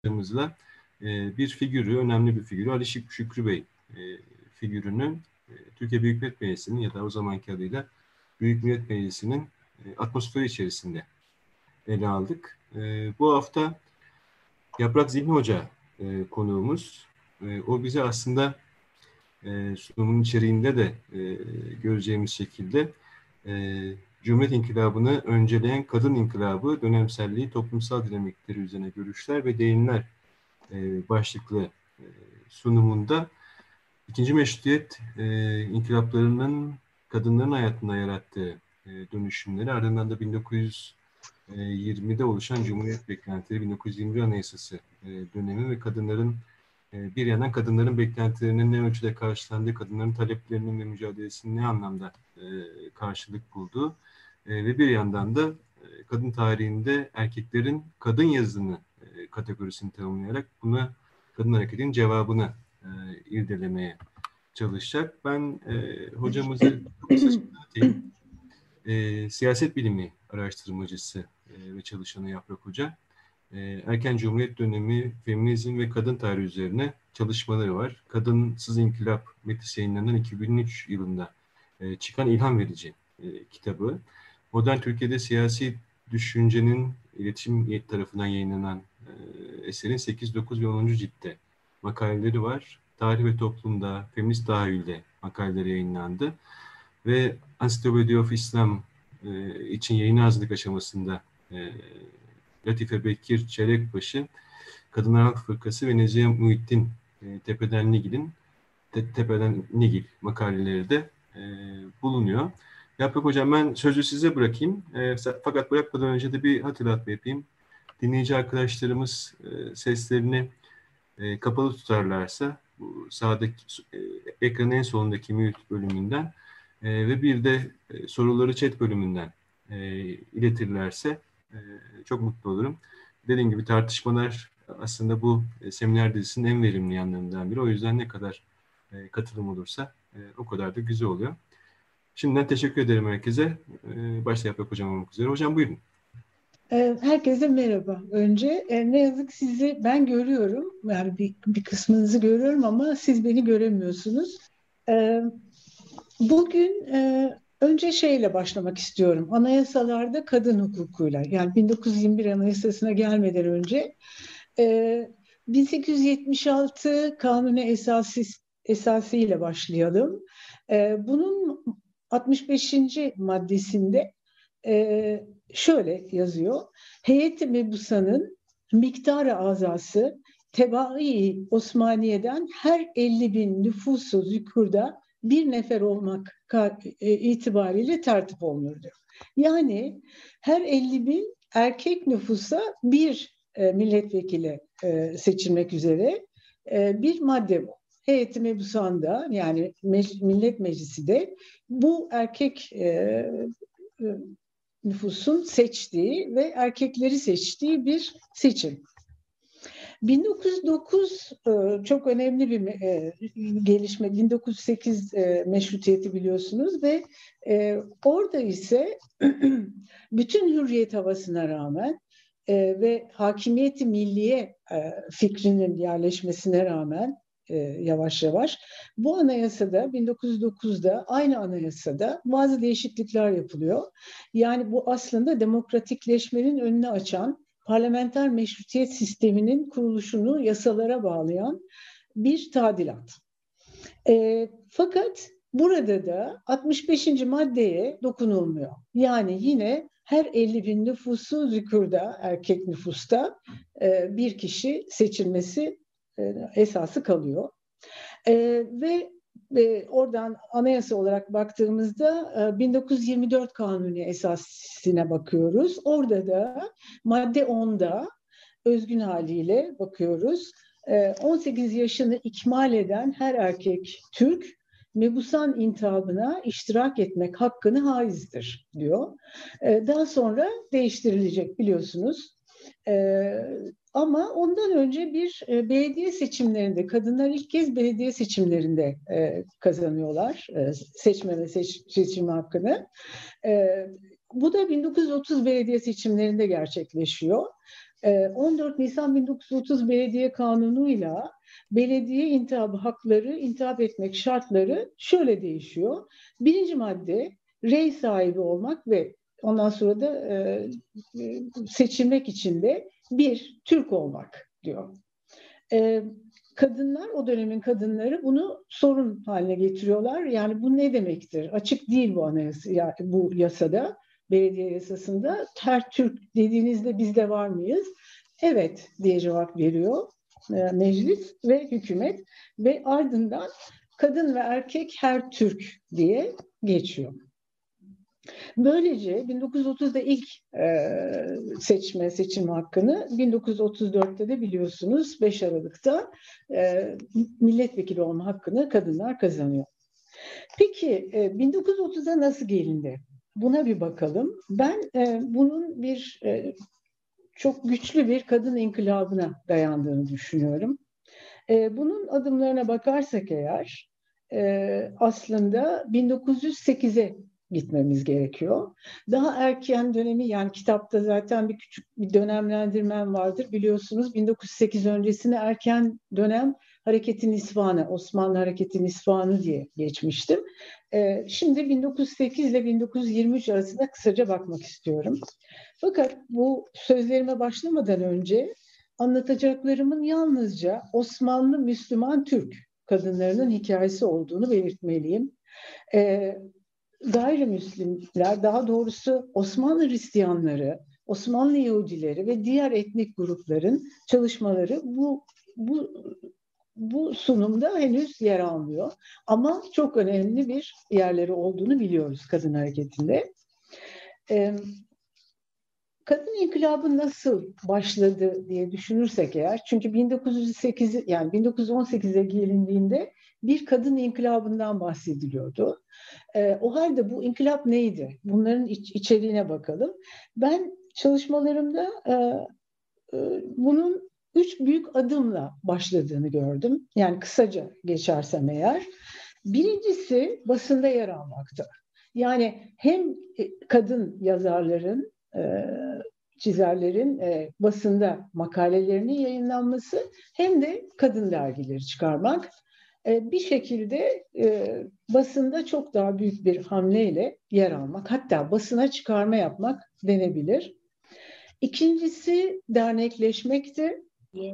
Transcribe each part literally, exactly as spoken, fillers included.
arkadaşlarımızla e, bir figürü, önemli bir figürü, Ali Şükrü Bey e, figürünün e, Türkiye Büyük Millet Meclisi'nin ya da o zamanki adıyla Büyük Millet Meclisi'nin e, atmosferi içerisinde ele aldık. E, bu hafta Yaprak Zihni Hoca e, konuğumuz. E, o bize aslında e, sunumun içeriğinde de e, göreceğimiz şekilde e, Cumhuriyet İnkılabı'nı önceleyen kadın inkılabı, dönemselliği, toplumsal dinamikleri üzerine görüşler ve değinler e, başlıklı e, sunumunda ikinci meşrutiyet e, inkılaplarının kadınların hayatında yarattığı e, dönüşümleri, ardından da bin dokuz yüz yirmide oluşan Cumhuriyet beklentileri, bin dokuz yüz yirmi bir Anayasası e, dönemi ve kadınların e, bir yandan kadınların beklentilerinin ne ölçüde karşılandığı, kadınların taleplerinin ve mücadelesinin ne anlamda e, karşılık bulduğu e, ve bir yandan da e, kadın tarihinde erkeklerin kadın yazını e, kategorisini tanımlayarak buna kadın hareketinin cevabını e, irdelemeye çalışacak. Ben e, hocamızı kısaca tanıtayım. E, siyaset bilimi araştırmacısı e, ve çalışanı Yaprak Hoca. E, erken Cumhuriyet dönemi, feminizm ve kadın tarihi üzerine çalışmaları var. Kadınsız İnkılap Metis yayınlarından iki bin üç yılında e, çıkan ilham verici e, kitabı. Modern Türkiye'de siyasi düşüncenin iletişim tarafından yayınlanan e, eserin sekiz, dokuz ve onuncu ciltte makaleleri var. Tarih ve toplumda, feminist tahayyülde makaleleri yayınlandı. Ve Encyclopedia of Islam e, için yayın hazırlık aşamasında e, Latife Bekir Çelekbaşı, Kadınlar Halk Fırkası ve Nezihe Muhittin e, Tepeden Nigil'in te, Tepeden Nigil makaleleri de e, bulunuyor. Yaprak Hocam, ben sözü size bırakayım. E, fakat bırakmadan önce de bir hatırlatma yapayım. Dinleyici arkadaşlarımız e, seslerini e, kapalı tutarlarsa bu sağdaki e, ekranın en solundaki mute bölümünden e, ve bir de e, soruları chat bölümünden e, iletirlerse e, çok mutlu olurum. Dediğim gibi tartışmalar aslında bu e, seminer dizisinin en verimli yanlarından biri. O yüzden ne kadar e, katılım olursa e, o kadar da güzel oluyor. Şimdiden teşekkür ederim herkese. E, başta Yaprak Hocam olmak üzere. Hocam buyurun. Herkese merhaba. Önce ne yazık sizi ben görüyorum. Yani bir, bir kısmınızı görüyorum ama siz beni göremiyorsunuz. Bugün önce şeyle başlamak istiyorum. Anayasalarda kadın hukukuyla. Yani bin dokuz yüz yirmi bir Anayasası'na gelmeden önce bin sekiz yüz yetmiş altı Kanuni Esası, Esası ile başlayalım. Bunun altmış beşinci maddesinde Ee, şöyle yazıyor. Heyet-i Mebusan'ın miktarı azası Tebai Osmaniye'den her elli bin nüfusu zükurda bir nefer olmak itibariyle tertip olunur diyor. Yani her elli bin erkek nüfusa bir e, milletvekili e, seçilmek üzere e, bir madde bu. Heyet-i Mebusan'da yani Me- Millet Meclisi de bu erkek e, nüfusun seçtiği ve erkekleri seçtiği bir seçim. bin dokuz yüz dokuz çok önemli bir gelişme. bin dokuz yüz sekiz meşrutiyeti biliyorsunuz ve orada ise bütün hürriyet havasına rağmen ve hakimiyeti milliye fikrinin yerleşmesine rağmen yavaş yavaş. Bu anayasada bin dokuz yüz dokuzda aynı anayasada bazı değişiklikler yapılıyor. Yani bu aslında demokratikleşmenin önünü açan parlamenter meşrutiyet sisteminin kuruluşunu yasalara bağlayan bir tadilat. E, fakat burada da altmış beşinci maddeye dokunulmuyor. Yani yine her elli bin nüfusu zükurda, erkek nüfusta e, bir kişi seçilmesi e, esası kalıyor. E, ve e, oradan anayasa olarak baktığımızda e, bin dokuz yüz yirmi dört Kanuni Esası'na bakıyoruz. Orada da madde onda özgün haliyle bakıyoruz. E, on sekiz yaşını ikmal eden her erkek Türk mebusan intihabına iştirak etmek hakkını haizdir diyor. E, daha sonra değiştirilecek biliyorsunuz. E, ama ondan önce bir e, belediye seçimlerinde, kadınlar ilk kez belediye seçimlerinde e, kazanıyorlar e, seçme ve seç, seçilme hakkını. E, bu da bin dokuz yüz otuz belediye seçimlerinde gerçekleşiyor. on dört Nisan bin dokuz yüz otuz Belediye Kanunu'yla belediye intihabı hakları, intihap etmek şartları şöyle değişiyor. Birinci madde, rey sahibi olmak ve ondan sonra da e, seçilmek için de bir, Türk olmak diyor. E, kadınlar, o dönemin kadınları bunu sorun haline getiriyorlar. Yani bu ne demektir? Açık değil bu anayasa, yani bu yasada, belediye yasasında. Her Türk dediğinizde biz de var mıyız? Evet diye cevap veriyor e, meclis ve hükümet ve ardından kadın ve erkek her Türk diye geçiyor. Böylece bin dokuz yüz otuzda ilk e, seçme, seçilme hakkını, bin dokuz yüz otuz dörtte de biliyorsunuz beş Aralık'ta e, milletvekili olma hakkını kadınlar kazanıyor. Peki e, bin dokuz yüz otuzda nasıl gelindi? Buna bir bakalım. Ben e, bunun bir e, çok güçlü bir kadın inkılabına dayandığını düşünüyorum. E, bunun adımlarına bakarsak eğer e, aslında bin dokuz yüz sekize gitmemiz gerekiyor. Daha erken dönemi, yani kitapta zaten bir küçük bir dönemlendirmem vardır. Biliyorsunuz bin dokuz yüz sekiz öncesine erken dönem Hareketin İsfanı, Osmanlı Hareketin İsfanı diye geçmiştim. Ee, şimdi bin dokuz yüz sekiz ile bin dokuz yüz yirmi üç arasında kısaca bakmak istiyorum. Fakat bu sözlerime başlamadan önce anlatacaklarımın yalnızca Osmanlı Müslüman Türk kadınlarının hikayesi olduğunu belirtmeliyim. Ee, Gayrimüslimler, daha doğrusu Osmanlı Hristiyanları, Osmanlı Yahudileri ve diğer etnik grupların çalışmaları bu bu bu sunumda henüz yer almıyor. Ama çok önemli bir yerleri olduğunu biliyoruz kadın hareketinde. Ee, Kadın inkılabı nasıl başladı diye düşünürsek eğer, çünkü bin dokuz yüz sekiz, yani bin dokuz yüz on sekize gelindiğinde bir kadın inkılabından bahsediliyordu. E, o halde bu inkılap neydi? Bunların iç, içeriğine bakalım. Ben çalışmalarımda e, e, bunun üç büyük adımla başladığını gördüm. Yani kısaca geçersem eğer. Birincisi basında yer almaktı. Yani hem kadın yazarların, e, çizerlerin e, basında makalelerinin yayınlanması hem de kadın dergileri çıkarmak. E, bir şekilde e, basında çok daha büyük bir hamleyle yer almak, hatta basına çıkarma yapmak denebilir. İkincisi dernekleşmekti.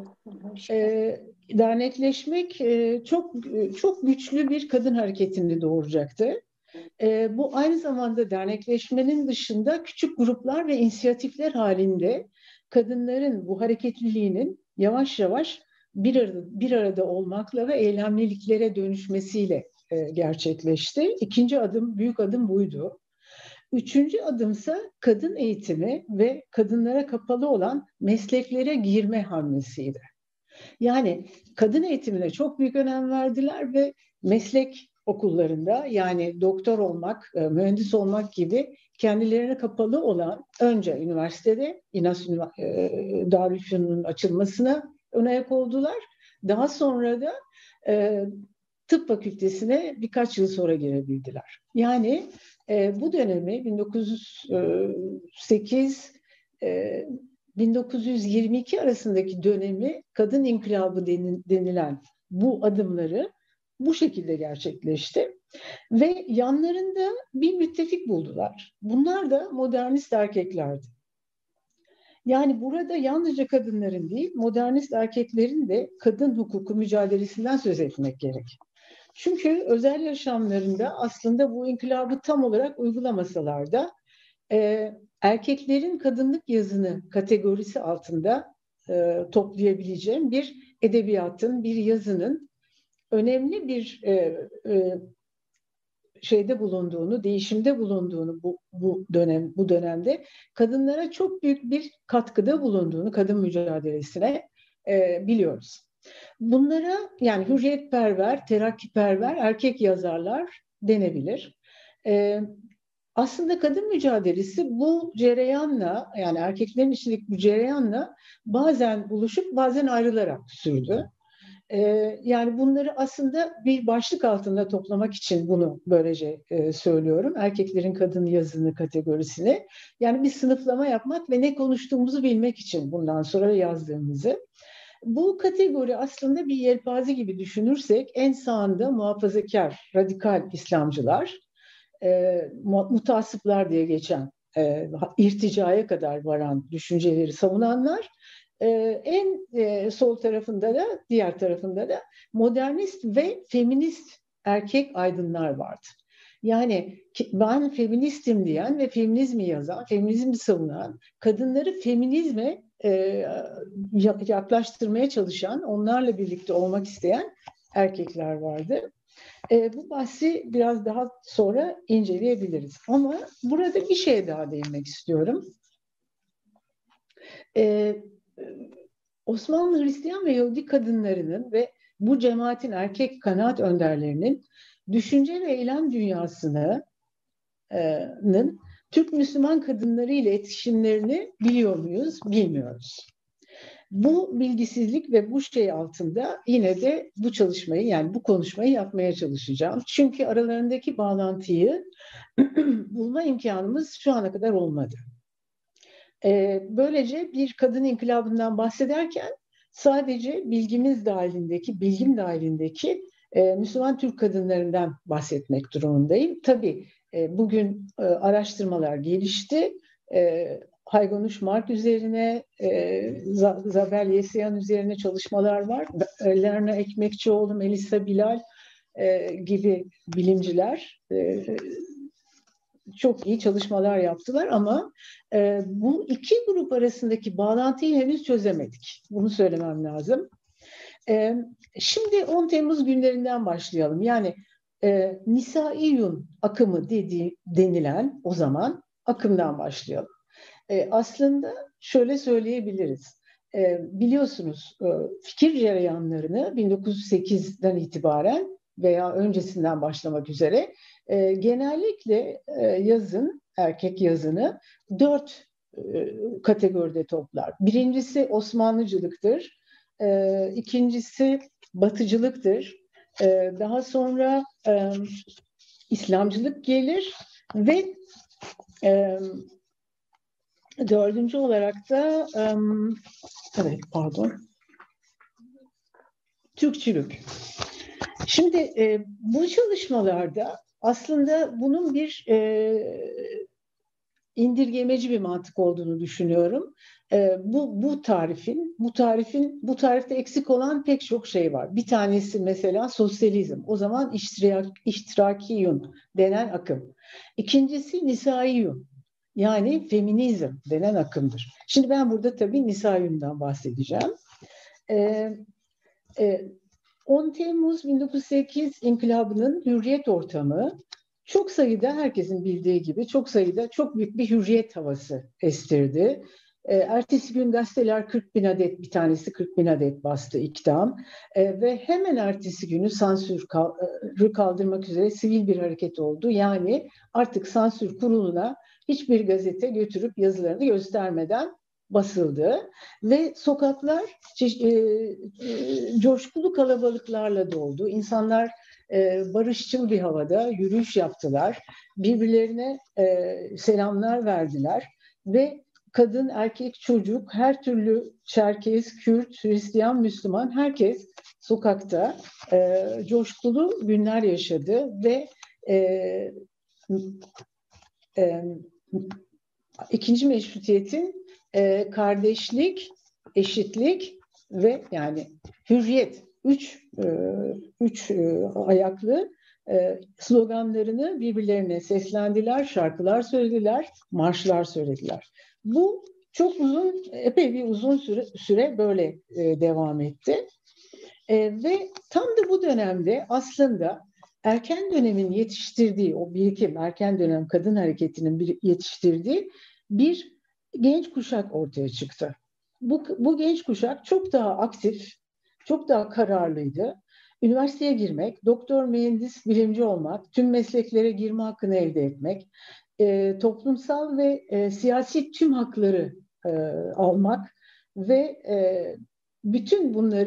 E, dernekleşmek e, çok çok güçlü bir kadın hareketini doğuracaktı. E, bu aynı zamanda dernekleşmenin dışında küçük gruplar ve inisiyatifler halinde kadınların bu hareketliliğinin yavaş yavaş bir arada, bir arada olmakla ve eylemliliklere dönüşmesiyle e, gerçekleşti. İkinci adım, büyük adım buydu. Üçüncü adımsa kadın eğitimi ve kadınlara kapalı olan mesleklere girme hamlesiydi. Yani kadın eğitimine çok büyük önem verdiler ve meslek okullarında, yani doktor olmak, mühendis olmak gibi kendilerine kapalı olan, önce üniversitede İNAS Darülfünun'un açılmasına ön ayak oldular. Daha sonra da e, tıp fakültesine birkaç yıl sonra girebildiler. Yani e, bu dönemi bin dokuz yüz sekiz e, bin dokuz yüz yirmi iki arasındaki dönemi kadın inkılabı denilen bu adımları bu şekilde gerçekleşti. Ve yanlarında bir müttefik buldular. Bunlar da modernist erkeklerdi. Yani burada yalnızca kadınların değil, modernist erkeklerin de kadın hukuku mücadelesinden söz etmek gerek. Çünkü özel yaşamlarında aslında bu inkılabı tam olarak uygulamasalar da e, erkeklerin kadınlık yazını kategorisi altında e, toplayabileceğim bir edebiyatın, bir yazının önemli bir e, e, şeyde bulunduğunu, değişimde bulunduğunu bu, bu dönem bu dönemde kadınlara çok büyük bir katkıda bulunduğunu, kadın mücadelesine e, biliyoruz. Bunlara yani hürriyetperver, terakkiperver erkek yazarlar denebilir. E, aslında kadın mücadelesi bu cereyanla, yani erkeklerin içindeki bu cereyanla bazen buluşup bazen ayrılarak sürdü. E, yani bunları aslında bir başlık altında toplamak için bunu böylece e, söylüyorum. Erkeklerin kadın yazını kategorisine. Yani bir sınıflama yapmak ve ne konuştuğumuzu bilmek için bundan sonra yazdığımızı. Bu kategori aslında bir yelpaze gibi düşünürsek en sağında muhafazakar, radikal İslamcılar, e, mutasıplar diye geçen, e, irticaya kadar varan düşünceleri savunanlar, e, en e, sol tarafında da, diğer tarafında da modernist ve feminist erkek aydınlar vardı. Yani ben feministim diyen ve feminizmi yazan, feminizmi savunan, kadınları feminizme e, yaklaştırmaya çalışan, onlarla birlikte olmak isteyen erkekler vardı. E, bu bahsi biraz daha sonra inceleyebiliriz. Ama burada bir şeye daha değinmek istiyorum. E, Osmanlı Hristiyan ve Yahudi kadınlarının ve bu cemaatin erkek kanaat önderlerinin düşünce ve eylem dünyasının Türk Müslüman kadınları ile etkileşimlerini biliyor muyuz? Bilmiyoruz. Bu bilgisizlik ve bu şey altında yine de bu çalışmayı, yani bu konuşmayı yapmaya çalışacağım. Çünkü aralarındaki bağlantıyı bulma imkanımız şu ana kadar olmadı. Böylece bir kadın inkılabından bahsederken sadece bilgimiz dahilindeki, bilgim dahilindeki Müslüman Türk kadınlarından bahsetmek durumundayım. Tabii bugün araştırmalar gelişti. Haygonuş Mark üzerine, Zabel Yesyan üzerine çalışmalar var. Lerna Ekmekçioğlu, Melisa Bilal gibi bilimciler çok iyi çalışmalar yaptılar ama e, bu iki grup arasındaki bağlantıyı henüz çözemedik. Bunu söylemem lazım. E, şimdi on Temmuz günlerinden başlayalım. Yani e, Nisaiyun akımı dediği, denilen o zaman akımdan başlayalım. E, aslında şöyle söyleyebiliriz. E, biliyorsunuz e, fikir cereyanlarını bin dokuz yüz sekizden itibaren veya öncesinden başlamak üzere e, genellikle e, yazın, erkek yazını dört e, kategoride toplar. Birincisi Osmanlıcılıktır, e, ikincisi Batıcılıktır, e, daha sonra e, İslamcılık gelir ve e, dördüncü olarak da e, evet pardon Türkçülük. Şimdi e, bu çalışmalarda aslında bunun bir e, indirgemeci bir mantık olduğunu düşünüyorum. E, bu bu tarifin, bu tarifin, bu tarifte eksik olan pek çok şey var. Bir tanesi mesela sosyalizm. O zaman iştirak, iştirakiyun denen akım. İkincisi nisaiyun. Yani feminizm denen akımdır. Şimdi ben burada tabii nisaiyundan bahsedeceğim. E, e, on Temmuz bin dokuz yüz sekiz inkılabının hürriyet ortamı çok sayıda, herkesin bildiği gibi çok sayıda çok büyük bir hürriyet havası estirdi. E, ertesi gün gazeteler kırk bin adet, bir tanesi kırk bin adet bastı İktam. E, ve hemen ertesi günü sansürü kaldırmak üzere sivil bir hareket oldu. Yani artık sansür kuruluna hiçbir gazete götürüp yazılarını göstermeden basıldı ve sokaklar e, e, coşkulu kalabalıklarla doldu. İnsanlar e, barışçıl bir havada yürüyüş yaptılar, birbirlerine e, selamlar verdiler ve kadın, erkek, çocuk, her türlü Çerkez, Kürt, Hristiyan, Müslüman herkes sokakta e, coşkulu günler yaşadı ve e, e, ikinci meşrutiyetin e, kardeşlik, eşitlik ve yani hürriyet, üç, e, üç e, ayaklı e, sloganlarını birbirlerine seslendiler, şarkılar söylediler, marşlar söylediler. Bu çok uzun, epey bir uzun süre, süre böyle e, devam etti. E, ve tam da bu dönemde aslında erken dönemin yetiştirdiği, o birikim, erken dönem kadın hareketinin bir, yetiştirdiği bir genç kuşak ortaya çıktı. Bu, bu genç kuşak çok daha aktif, çok daha kararlıydı. Üniversiteye girmek, doktor, mühendis, bilimci olmak, tüm mesleklere girme hakkını elde etmek, e, toplumsal ve e, siyasi tüm hakları e, almak ve e, bütün bunları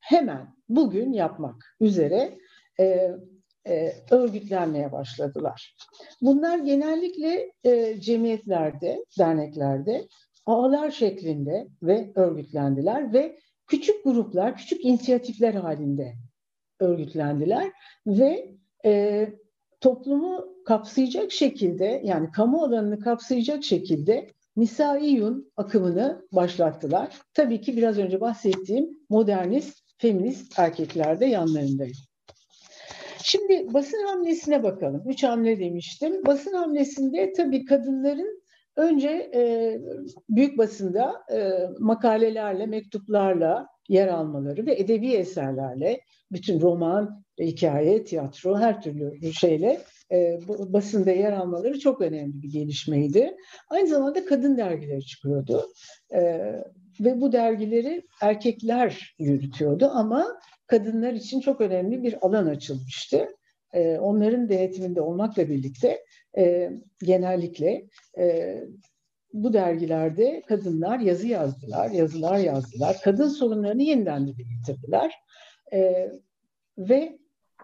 hemen bugün yapmak üzere e, e, örgütlenmeye başladılar. Bunlar genellikle e, cemiyetlerde, derneklerde ağlar şeklinde ve örgütlendiler ve küçük gruplar, küçük inisiyatifler halinde örgütlendiler ve e, toplumu kapsayacak şekilde, yani kamu alanını kapsayacak şekilde Nisaiyyun akımını başlattılar. Tabii ki biraz önce bahsettiğim modernist, feminist erkekler de yanlarındaydı. Şimdi basın hamlesine bakalım. Üç hamle demiştim. Basın hamlesinde tabii kadınların önce e, büyük basında e, makalelerle, mektuplarla yer almaları ve edebi eserlerle, bütün roman, hikaye, tiyatro, her türlü şeyle e, basında yer almaları çok önemli bir gelişmeydi. Aynı zamanda kadın dergileri çıkıyordu. E, ve bu dergileri erkekler yürütüyordu ama kadınlar için çok önemli bir alan açılmıştı. E, onların denetiminde olmakla birlikte e, genellikle e, bu dergilerde kadınlar yazı yazdılar, yazılar yazdılar. Kadın sorunlarını yeniden dile getirdiler. E, ve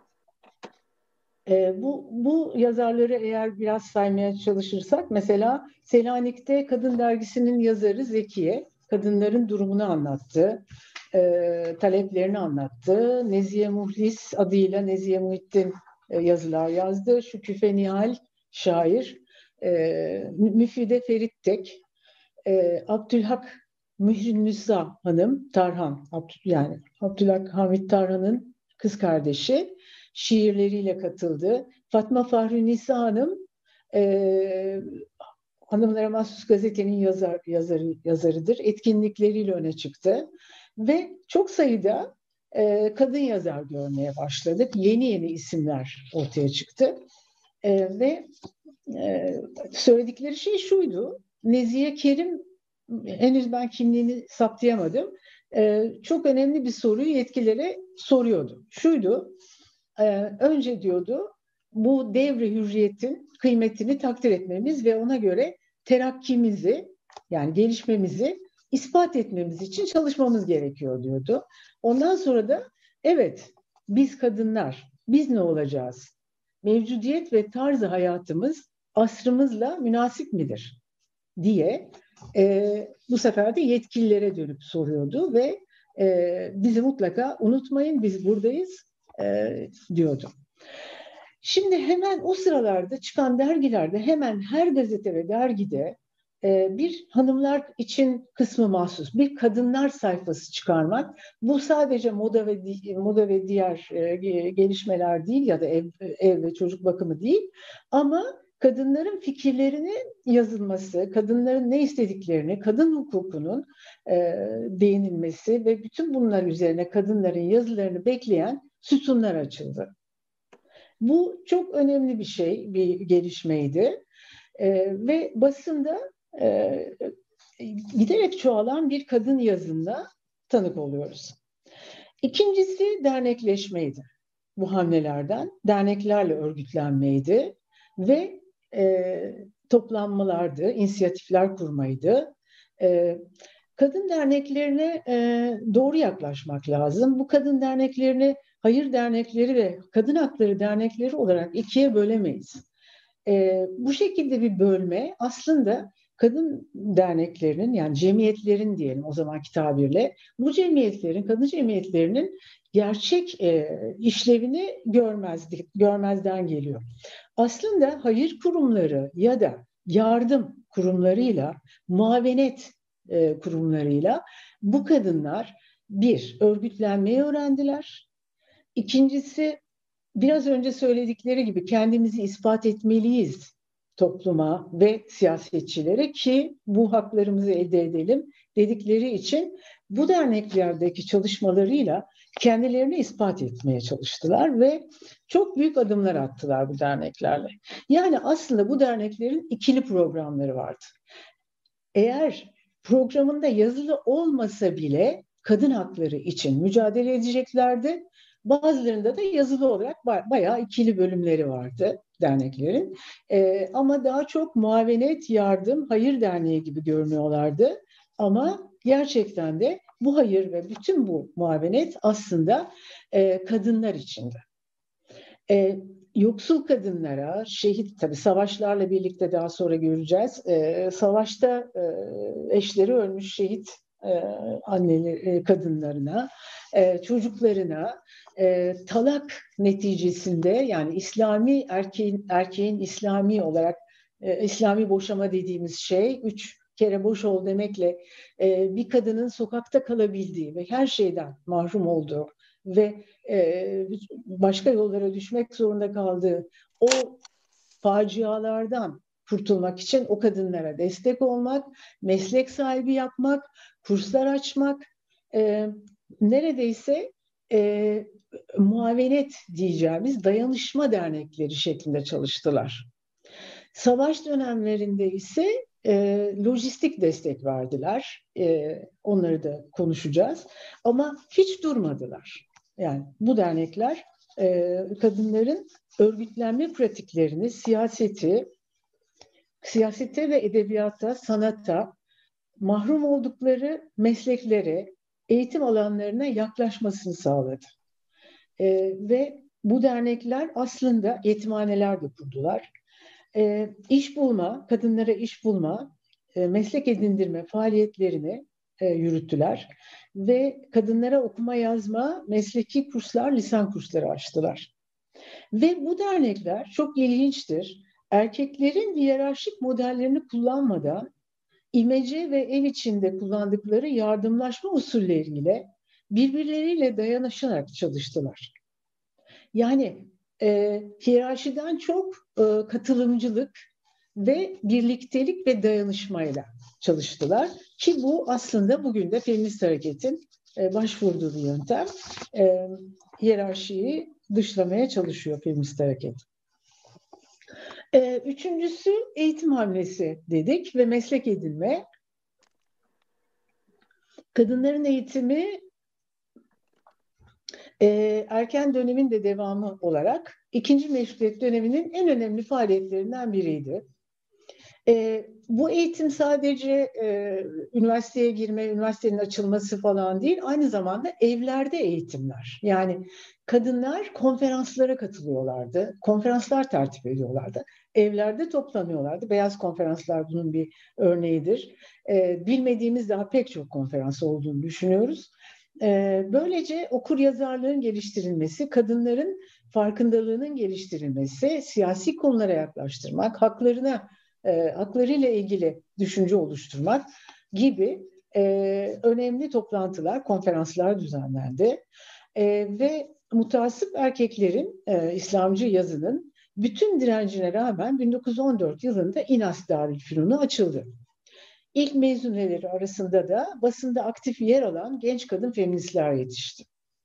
e, bu, bu yazarları eğer biraz saymaya çalışırsak, mesela Selanik'te Kadın Dergisi'nin yazarı Zekiye, kadınların durumunu anlattı, e, taleplerini anlattı. Nezihe Muhlis adıyla Nezihe Muhittin e, yazılar yazdı. Şüküfe Nihal şair, e, Müfide Ferit Tek, e, Abdülhak Mührünnisa Hanım, Tarhan, Abd, yani Abdülhak Hamit Tarhan'ın kız kardeşi, şiirleriyle katıldı. Fatma Fahri Nisa Hanım, e, Hanımlara Mahsus Gazete'nin yazar, yazarı, yazarıdır. Etkinlikleriyle öne çıktı. Ve çok sayıda e, kadın yazar görmeye başladık. Yeni yeni isimler ortaya çıktı. E, ve e, söyledikleri şey şuydu. Nezihe Kerim, henüz ben kimliğini saptayamadım. E, çok önemli bir soruyu yetkililere soruyordu. Şuydu, e, önce diyordu, bu devri hürriyetin kıymetini takdir etmemiz ve ona göre terakkimizi, yani gelişmemizi ispat etmemiz için çalışmamız gerekiyor diyordu. Ondan sonra da evet, biz kadınlar, biz ne olacağız? Mevcudiyet ve tarzı hayatımız asrımızla münasip midir diye e, bu sefer de yetkililere dönüp soruyordu ve e, bizi mutlaka unutmayın, biz buradayız e, diyordu. Şimdi hemen o sıralarda çıkan dergilerde hemen her gazete ve dergide e, bir hanımlar için kısmı mahsus, bir kadınlar sayfası çıkarmak. Bu sadece moda ve moda ve diğer e, gelişmeler değil ya da ev, ev ve çocuk bakımı değil, ama kadınların fikirlerinin yazılması, kadınların ne istediklerini, kadın hukukunun e, değinilmesi ve bütün bunlar üzerine kadınların yazılarını bekleyen sütunlar açıldı. Bu çok önemli bir şey, bir gelişmeydi. E, ve basında e, giderek çoğalan bir kadın yazınına tanık oluyoruz. İkincisi dernekleşmeydi bu hamlelerden. Derneklerle örgütlenmeydi ve e, toplanmalardı, inisiyatifler kurmaydı. E, kadın derneklerine e, doğru yaklaşmak lazım. Bu kadın derneklerini hayır dernekleri ve kadın hakları dernekleri olarak ikiye bölemeyiz. E, bu şekilde bir bölme aslında kadın derneklerinin, yani cemiyetlerin diyelim o zamanki tabirle, bu cemiyetlerin, kadın cemiyetlerinin gerçek e, işlevini görmezdi, görmezden geliyor. Aslında hayır kurumları ya da yardım kurumlarıyla, muavenet e, kurumlarıyla bu kadınlar bir, örgütlenmeyi öğrendiler. İkincisi, biraz önce söyledikleri gibi kendimizi ispat etmeliyiz topluma ve siyasetçilere ki bu haklarımızı elde edelim dedikleri için bu derneklerdeki çalışmalarıyla kendilerini ispat etmeye çalıştılar ve çok büyük adımlar attılar bu derneklerle. Yani aslında bu derneklerin ikili programları vardı. Eğer programında yazılı olmasa bile kadın hakları için mücadele edeceklerdi. Bazılarında da yazılı olarak bayağı ikili bölümleri vardı derneklerin. Ee, ama daha çok muavenet, yardım, hayır derneği gibi görünüyorlardı. Ama gerçekten de Bu hayır ve bütün bu muavenet aslında e, kadınlar içindi. E, yoksul kadınlara, şehit tabii savaşlarla birlikte daha sonra göreceğiz. E, savaşta e, eşleri ölmüş şehit e, anneleri, e, kadınlarına, e, çocuklarına e, talak neticesinde, yani İslami erkeğin, erkeğin İslami olarak e, İslami boşama dediğimiz şey, üç kere boş ol demekle e, bir kadının sokakta kalabildiği ve her şeyden mahrum olduğu ve e, başka yollara düşmek zorunda kaldığı o facialardan kurtulmak için o kadınlara destek olmak, meslek sahibi yapmak, kurslar açmak, e, neredeyse e, muavenet diyeceğimiz dayanışma dernekleri şeklinde çalıştılar. Savaş dönemlerinde ise e, lojistik destek verdiler. E, onları da konuşacağız. Ama hiç durmadılar. Yani bu dernekler e, kadınların örgütlenme pratiklerini, siyaseti, siyasete ve edebiyata, sanata, mahrum oldukları mesleklere, eğitim alanlarına yaklaşmasını sağladı. E, ve bu dernekler aslında yetimhaneler de kurdular. E, iş bulma, kadınlara iş bulma, e, meslek edindirme faaliyetlerini e, yürüttüler ve kadınlara okuma yazma, mesleki kurslar, lisan kursları açtılar. Ve bu dernekler çok ilginçtir. Erkeklerin hiyerarşik modellerini kullanmadan imece ve ev içinde kullandıkları yardımlaşma usulleriyle birbirleriyle dayanışarak çalıştılar. Yani e, hiyerarşiden çok e, katılımcılık ve birliktelik ve dayanışmayla çalıştılar. Ki bu aslında bugün de feminist hareketin e, başvurduğu bir yöntem. E, hiyerarşiyi dışlamaya çalışıyor feminist hareket. E, üçüncüsü eğitim hamlesi dedik ve meslek edinme. Kadınların eğitimi e, erken dönemin de devamı olarak ikinci meşrutiyet döneminin en önemli faaliyetlerinden biriydi. E, bu eğitim sadece e, üniversiteye girme, üniversitenin açılması falan değil, aynı zamanda evlerde eğitimler. Yani kadınlar konferanslara katılıyorlardı, konferanslar tertip ediyorlardı, evlerde toplanıyorlardı. Beyaz konferanslar bunun bir örneğidir. E, bilmediğimiz daha pek çok konferans olduğunu düşünüyoruz. E, böylece okur yazarlığın geliştirilmesi, kadınların farkındalığının geliştirilmesi, siyasi konulara yaklaştırmak, haklarına E, haklarıyla ilgili düşünce oluşturmak gibi e, önemli toplantılar, konferanslar düzenlendi. E, ve mutasip erkeklerin, e, İslamcı yazının bütün direncine rağmen bin dokuz yüz on dört yılında İnas Darülfünunu açıldı. İlk mezuneleri arasında da basında aktif yer alan genç kadın feministler yetişti.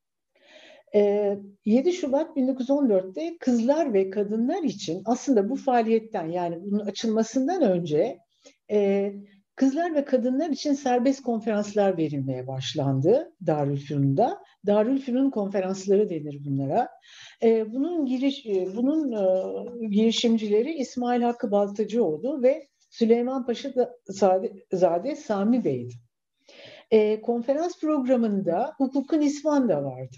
yedi Şubat bin dokuz yüz on dörtte kızlar ve kadınlar için aslında bu faaliyetten, yani bunun açılmasından önce e, kızlar ve kadınlar için serbest konferanslar verilmeye başlandı Darülfünun'da. Darülfünun konferansları denir bunlara. E, bunun giriş, bunun e, girişimcileri İsmail Hakkı Baltacıoğlu ve Süleyman Paşa Zade Sami Bey'di. E, konferans programında hukukun isvan da vardı.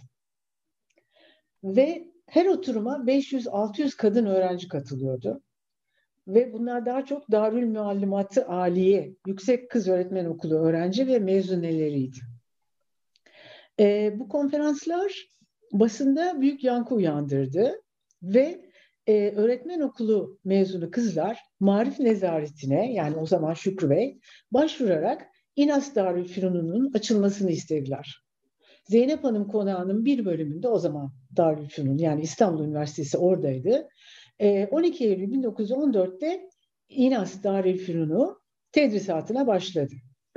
Ve her oturuma beş yüz altı yüz kadın öğrenci katılıyordu. Ve bunlar daha çok Darül Muallimat-ı Aliye, Yüksek Kız Öğretmen Okulu öğrenci ve mezuneleriydi. E, bu konferanslar basında büyük yankı uyandırdı ve e, öğretmen okulu mezunu kızlar Marif Nezaretine, yani o zaman Şükrü Bey, başvurarak İnas Darülfünun'un açılmasını istediler. Zeynep Hanım konağının bir bölümünde, o zaman Darülfünun, yani İstanbul Üniversitesi oradaydı. on iki Eylül bin dokuz yüz on dörtte İnas Darülfünunu tedrisatına başladı.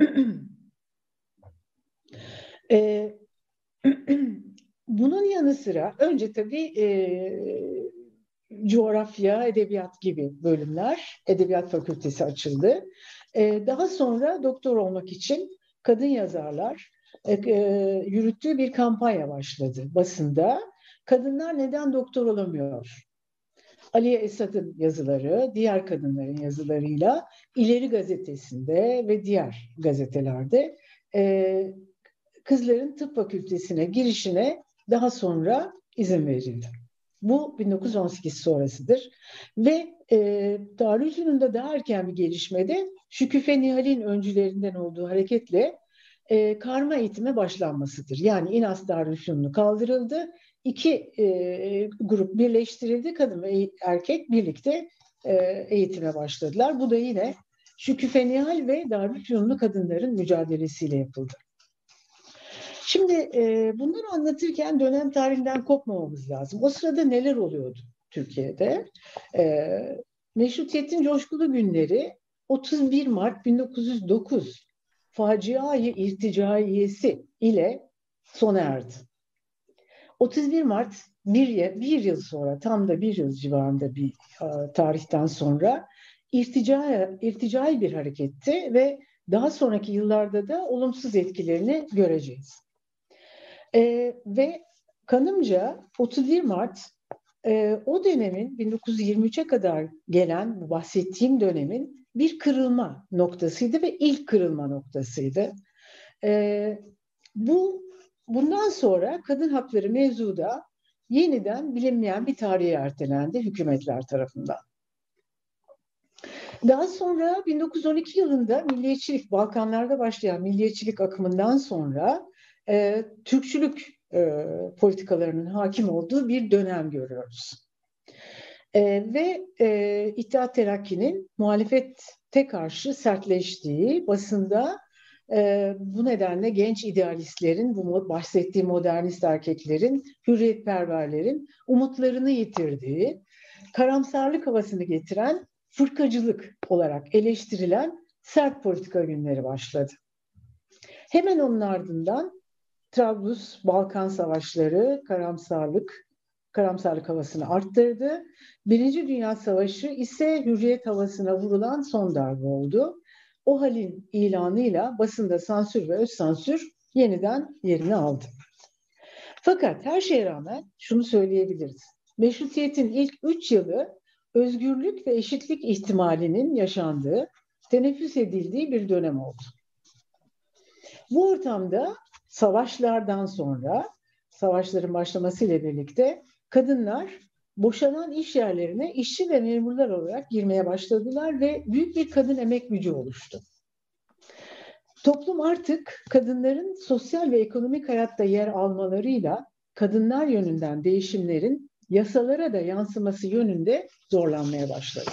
Bunun yanı sıra önce tabii e, coğrafya, edebiyat gibi bölümler, edebiyat fakültesi açıldı. E, daha sonra doktor olmak için kadın yazarlar e, e, yürüttüğü bir kampanya başladı basında. Kadınlar neden doktor olamıyor? Aliye Esad'ın yazıları, diğer kadınların yazılarıyla İleri Gazetesi'nde ve diğer gazetelerde e, kızların tıp fakültesine girişine daha sonra izin verildi. Bu bin dokuz yüz on sekiz sonrasıdır. Ve e, Darülfünun'da daha erken bir gelişmede Şüküfe Nihal'in öncülerinden olduğu hareketle e, karma eğitime başlanmasıdır. Yani İnas Darülfünunu kaldırıldı. İki e, grup birleştirildi. Kadın ve erkek birlikte e, eğitime başladılar. Bu da yine Şüküfe Nihal ve Darülfünunlu kadınların mücadelesiyle yapıldı. Şimdi e, bunları anlatırken dönem tarihinden kopmamamız lazım. O sırada neler oluyordu Türkiye'de? E, Meşrutiyetin coşkulu günleri otuz bir Mart bin dokuz yüz dokuz faciayı irticaiyesi ile sona erdi. otuz bir Mart bir, bir yıl sonra, tam da bir yıl civarında bir e, tarihten sonra irticai, irticai bir hareketti ve daha sonraki yıllarda da olumsuz etkilerini göreceğiz. E, ve kanımca otuz bir Mart e, o dönemin bin dokuz yüz yirmi üçe kadar gelen bahsettiğim dönemin bir kırılma noktasıydı ve ilk kırılma noktasıydı. E, bu bundan sonra kadın hakları mevzu da yeniden bilinmeyen bir tarihe ertelendi hükümetler tarafından. Daha sonra bin dokuz yüz on iki yılında milliyetçilik, Balkanlarda başlayan milliyetçilik akımından sonra e, Türkçülük e, politikalarının hakim olduğu bir dönem görüyoruz. E, ve e, İttihat Terakki'nin muhalefete karşı sertleştiği, basında e, bu nedenle genç idealistlerin, bu bahsettiğim modernist erkeklerin, hürriyetperverlerin umutlarını yitirdiği, karamsarlık havasını getiren fırkacılık olarak eleştirilen sert politika günleri başladı. Hemen onun ardından Trablus, Balkan Savaşları, karamsarlık, karamsarlık havasını arttırdı. Birinci Dünya Savaşı ise hürriyet havasına vurulan son darbe oldu. O halin ilanıyla basında sansür ve öz sansür yeniden yerini aldı. Fakat her şeye rağmen şunu söyleyebiliriz. Meşrutiyetin ilk üç yılı özgürlük ve eşitlik ihtimalinin yaşandığı, teneffüs edildiği bir dönem oldu. Bu ortamda savaşlardan sonra, savaşların başlamasıyla birlikte kadınlar boşalan iş yerlerine işçi ve memurlar olarak girmeye başladılar ve büyük bir kadın emek gücü oluştu. Toplum artık kadınların sosyal ve ekonomik hayatta yer almalarıyla kadınlar yönünden değişimlerin yasalara da yansıması yönünde zorlanmaya başladı.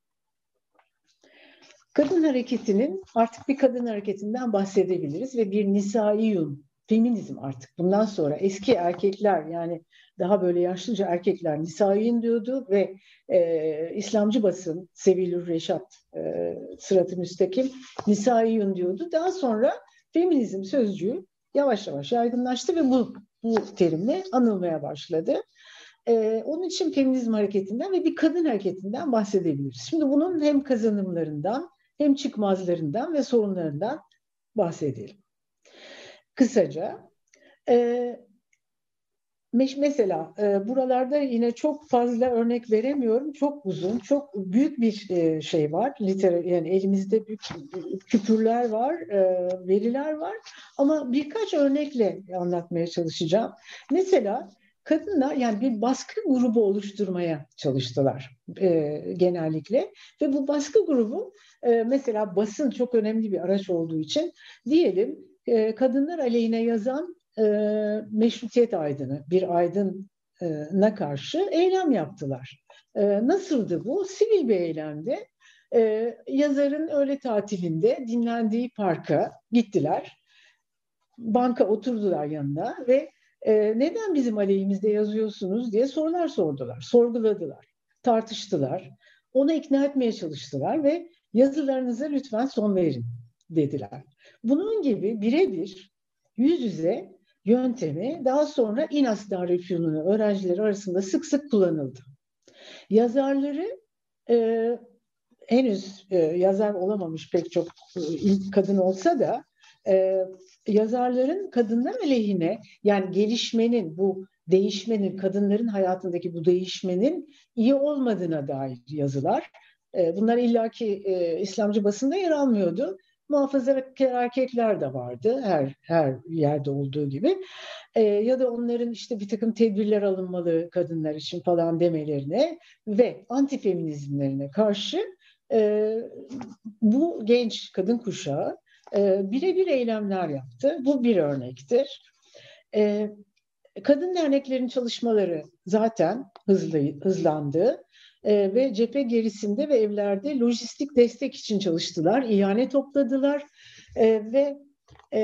Kadın hareketinin, artık bir kadın hareketinden bahsedebiliriz ve bir nisaiyun, feminizm artık bundan sonra eski erkekler, yani daha böyle yaşlıca erkekler nisaiyun diyordu ve e, İslamcı basın, Sevilür Reşat, e, Sırat-ı Müstakim nisaiyun diyordu. Daha sonra feminizm sözcüğü yavaş yavaş yaygınlaştı ve bu, bu terimle anılmaya başladı. Ee, onun için feminizm hareketinden ve bir kadın hareketinden bahsedebiliriz. Şimdi bunun hem kazanımlarından hem çıkmazlarından ve sorunlarından bahsedelim. Kısaca, e, mesela e, buralarda yine çok fazla örnek veremiyorum. Çok uzun, çok büyük bir e, şey var. Liter, yani elimizde büyük küpürler var, e, veriler var. Ama birkaç örnekle anlatmaya çalışacağım. Mesela kadınlar yani bir baskı grubu oluşturmaya çalıştılar e, genellikle ve bu baskı grubu e, mesela basın çok önemli bir araç olduğu için diyelim e, kadınlar aleyhine yazan e, meşrutiyet aydını, bir aydına karşı eylem yaptılar. E, nasıldı bu? Sivil bir eylemdi. E, yazarın öğle tatilinde dinlendiği parka gittiler. Banka oturdular yanına ve e, neden bizim aleyhimizde yazıyorsunuz diye sorular sordular, sorguladılar, tartıştılar. Onu ikna etmeye çalıştılar ve yazılarınıza lütfen son verin dediler. Bunun gibi birebir yüz yüze yöntemi daha sonra İnas Darülfünunu öğrencileri arasında sık sık kullanıldı. Yazarları e, henüz e, yazar olamamış pek çok e, kadın olsa da e, yazarların kadınlar aleyhine, yani gelişmenin, bu değişmenin, kadınların hayatındaki bu değişmenin iyi olmadığına dair yazılar. E, bunlar illaki e, İslamcı basında yer almıyordu. muhafazakar erkekler de vardı, her her yerde olduğu gibi. E, ya da onların işte bir takım tedbirler alınmalı kadınlar için falan demelerine ve antifeminizmlerine karşı e, bu genç kadın kuşağı e, birebir eylemler yaptı. Bu bir örnektir. E, kadın derneklerin çalışmaları zaten hızlı, hızlandı. E, ve cephe gerisinde ve evlerde lojistik destek için çalıştılar, ihale topladılar e, ve e,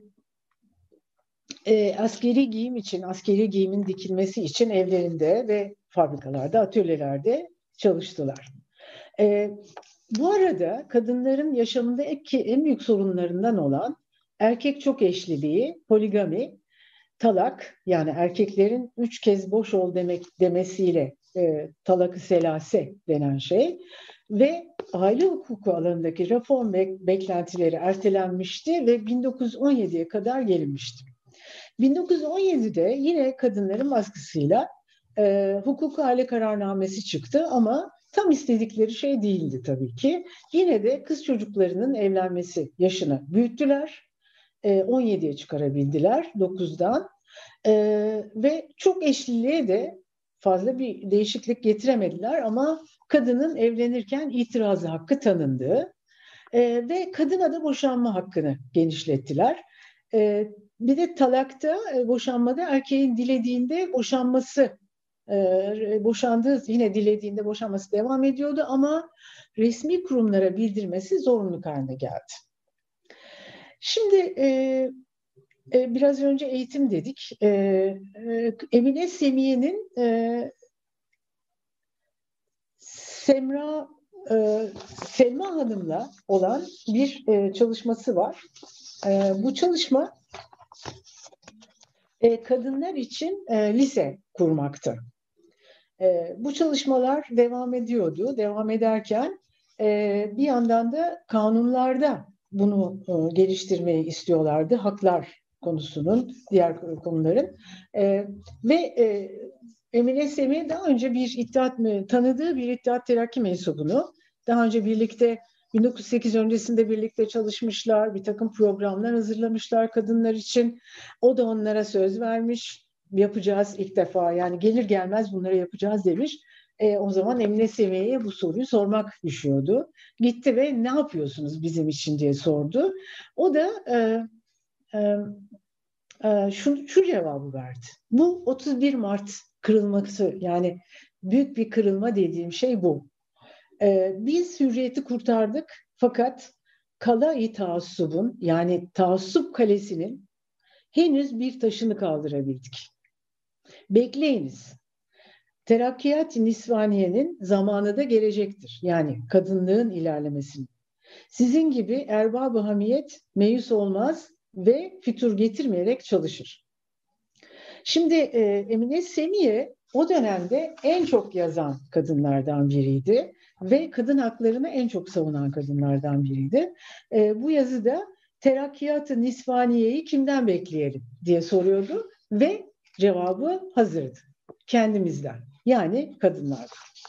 e, askeri giyim için, askeri giyimin dikilmesi için evlerinde ve fabrikalarda, atölyelerde çalıştılar. E, bu arada kadınların yaşamında en büyük sorunlarından olan erkek çok eşliliği, poligami, talak, yani erkeklerin üç kez boş ol demek demesiyle e, talak-ı selase denen şey ve aile hukuku alanındaki reform bek- beklentileri ertelenmişti ve bin dokuz yüz on yediye kadar gelinmişti. bin dokuz yüz on yedide yine kadınların baskısıyla e, hukuk aile kararnamesi çıktı ama tam istedikleri şey değildi tabii ki. Yine de kız çocuklarının evlenmesi yaşını büyüttüler. E, on yediye çıkarabildiler dokuzdan. Ee, ve çok eşliliğe de fazla bir değişiklik getiremediler ama kadının evlenirken itirazı hakkı tanındı. Ee, ve kadına da boşanma hakkını genişlettiler. Ee, bir de talakta, e, boşanmada erkeğin dilediğinde boşanması, e, boşandığı yine dilediğinde boşanması devam ediyordu ama resmi kurumlara bildirmesi zorunlu haline geldi. Şimdi e, biraz önce eğitim dedik. Emine Semiye'nin Semra Selma Hanım'la olan bir çalışması var. Bu çalışma kadınlar için lise kurmaktı. Bu çalışmalar devam ediyordu. Devam ederken bir yandan da kanunlarda bunu geliştirmeyi istiyorlardı. Haklar konusunun, diğer konuların. E, ve e, Emine Semi daha önce bir İttihat mı tanıdığı bir İttihat Terakki mensubunu, daha önce birlikte bin dokuz yüz sekiz öncesinde birlikte çalışmışlar, bir takım programlar hazırlamışlar kadınlar için. O da onlara söz vermiş, yapacağız ilk defa, yani gelir gelmez bunları yapacağız demiş. E, o zaman Emine Semiye'ye bu soruyu sormak düşüyordu. Gitti ve ne yapıyorsunuz bizim için diye sordu. O da e, e, e, şu, şu cevabı verdi. Bu otuz bir Mart kırılması, yani büyük bir kırılma dediğim şey bu. E, biz hürriyeti kurtardık fakat kala-i taassubun, yani taassup kalesinin henüz bir taşını kaldırabildik. Bekleyiniz. Terakkiyat-ı Nisvaniye'nin zamanı da gelecektir. Yani kadınlığın ilerlemesinin. Sizin gibi erbab-ı hamiyet meyus olmaz ve fütur getirmeyerek çalışır. Şimdi e, Emine Semiye o dönemde en çok yazan kadınlardan biriydi ve kadın haklarını en çok savunan kadınlardan biriydi. E, bu yazıda Terakkiyat-ı Nisvaniye'yi kimden bekleyelim diye soruyordu ve cevabı hazırdı. Kendimizden, yani kadınlardan.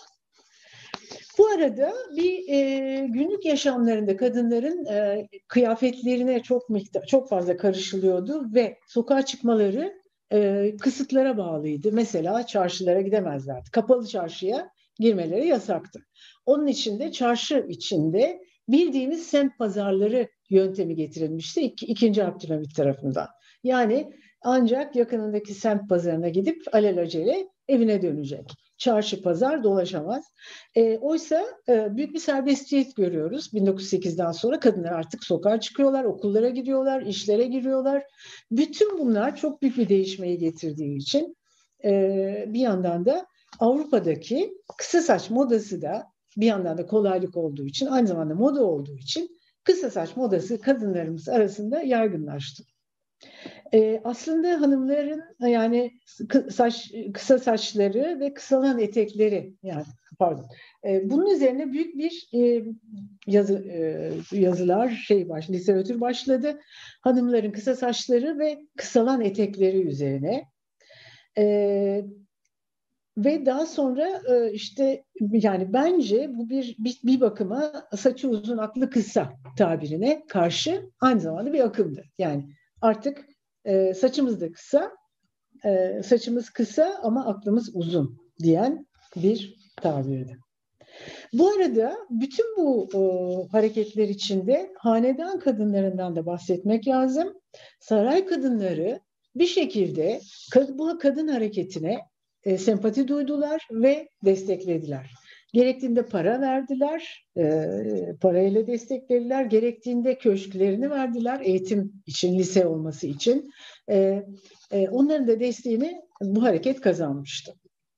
Bu arada bir e, günlük yaşamlarında kadınların e, kıyafetlerine çok miktar, çok fazla karışılıyordu ve sokağa çıkmaları e, kısıtlara bağlıydı. Mesela çarşılara gidemezlerdi. Kapalı çarşıya girmeleri yasaktı. Onun için de çarşı içinde bildiğimiz semt pazarları yöntemi getirilmişti İk, ikinci Abdülhamit tarafından. Yani ancak yakınındaki semt pazarına gidip alelacele evine dönecek. Çarşı pazar dolaşamaz. E, oysa e, büyük bir serbestiyet görüyoruz. bin dokuz yüz sekizden sonra kadınlar artık sokağa çıkıyorlar, okullara gidiyorlar, işlere giriyorlar. Bütün bunlar çok büyük bir değişmeyi getirdiği için e, bir yandan da Avrupa'daki kısa saç modası da bir yandan da kolaylık olduğu için, aynı zamanda moda olduğu için kısa saç modası kadınlarımız arasında yaygınlaştı. Ee, aslında hanımların yani saç, kısa saçları ve kısalan etekleri, yani pardon, e, bunun üzerine büyük bir e, yazı e, yazılar şey baş, literatür başladı. Hanımların kısa saçları ve kısalan etekleri üzerine. E, Ve daha sonra e, işte yani bence bu bir, bir bir bakıma saçı uzun aklı kısa tabirine karşı aynı zamanda bir akımdı. Yani artık e, saçımız da kısa, e, saçımız kısa ama aklımız uzun diyen bir tabirdi. Bu arada bütün bu e, hareketler içinde hanedan kadınlarından da bahsetmek lazım. Saray kadınları bir şekilde bu kadın hareketine e, sempati duydular ve desteklediler. Gerektiğinde para verdiler, e, parayla desteklediler. Gerektiğinde köşklerini verdiler eğitim için, lise olması için. E, e, onların da desteğini bu hareket kazanmıştı.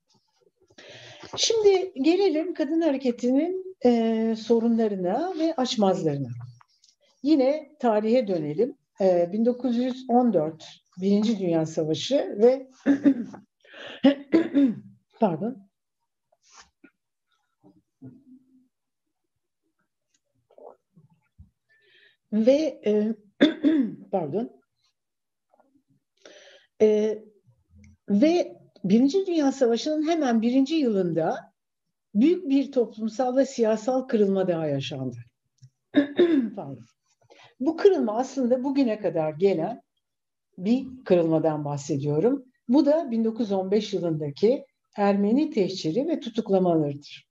Şimdi gelelim kadın hareketinin e, sorunlarına ve açmazlarına. Yine tarihe dönelim. E, bin dokuz yüz on dört Birinci Dünya Savaşı ve pardon. Ve e, pardon. E, ve Birinci Dünya Savaşı'nın hemen birinci yılında büyük bir toplumsal ve siyasal kırılma daha yaşandı. Pardon. Bu kırılma aslında bugüne kadar gelen bir kırılmadan bahsediyorum. Bu da bin dokuz yüz on beş yılındaki Ermeni tehciri ve tutuklamalarıdır.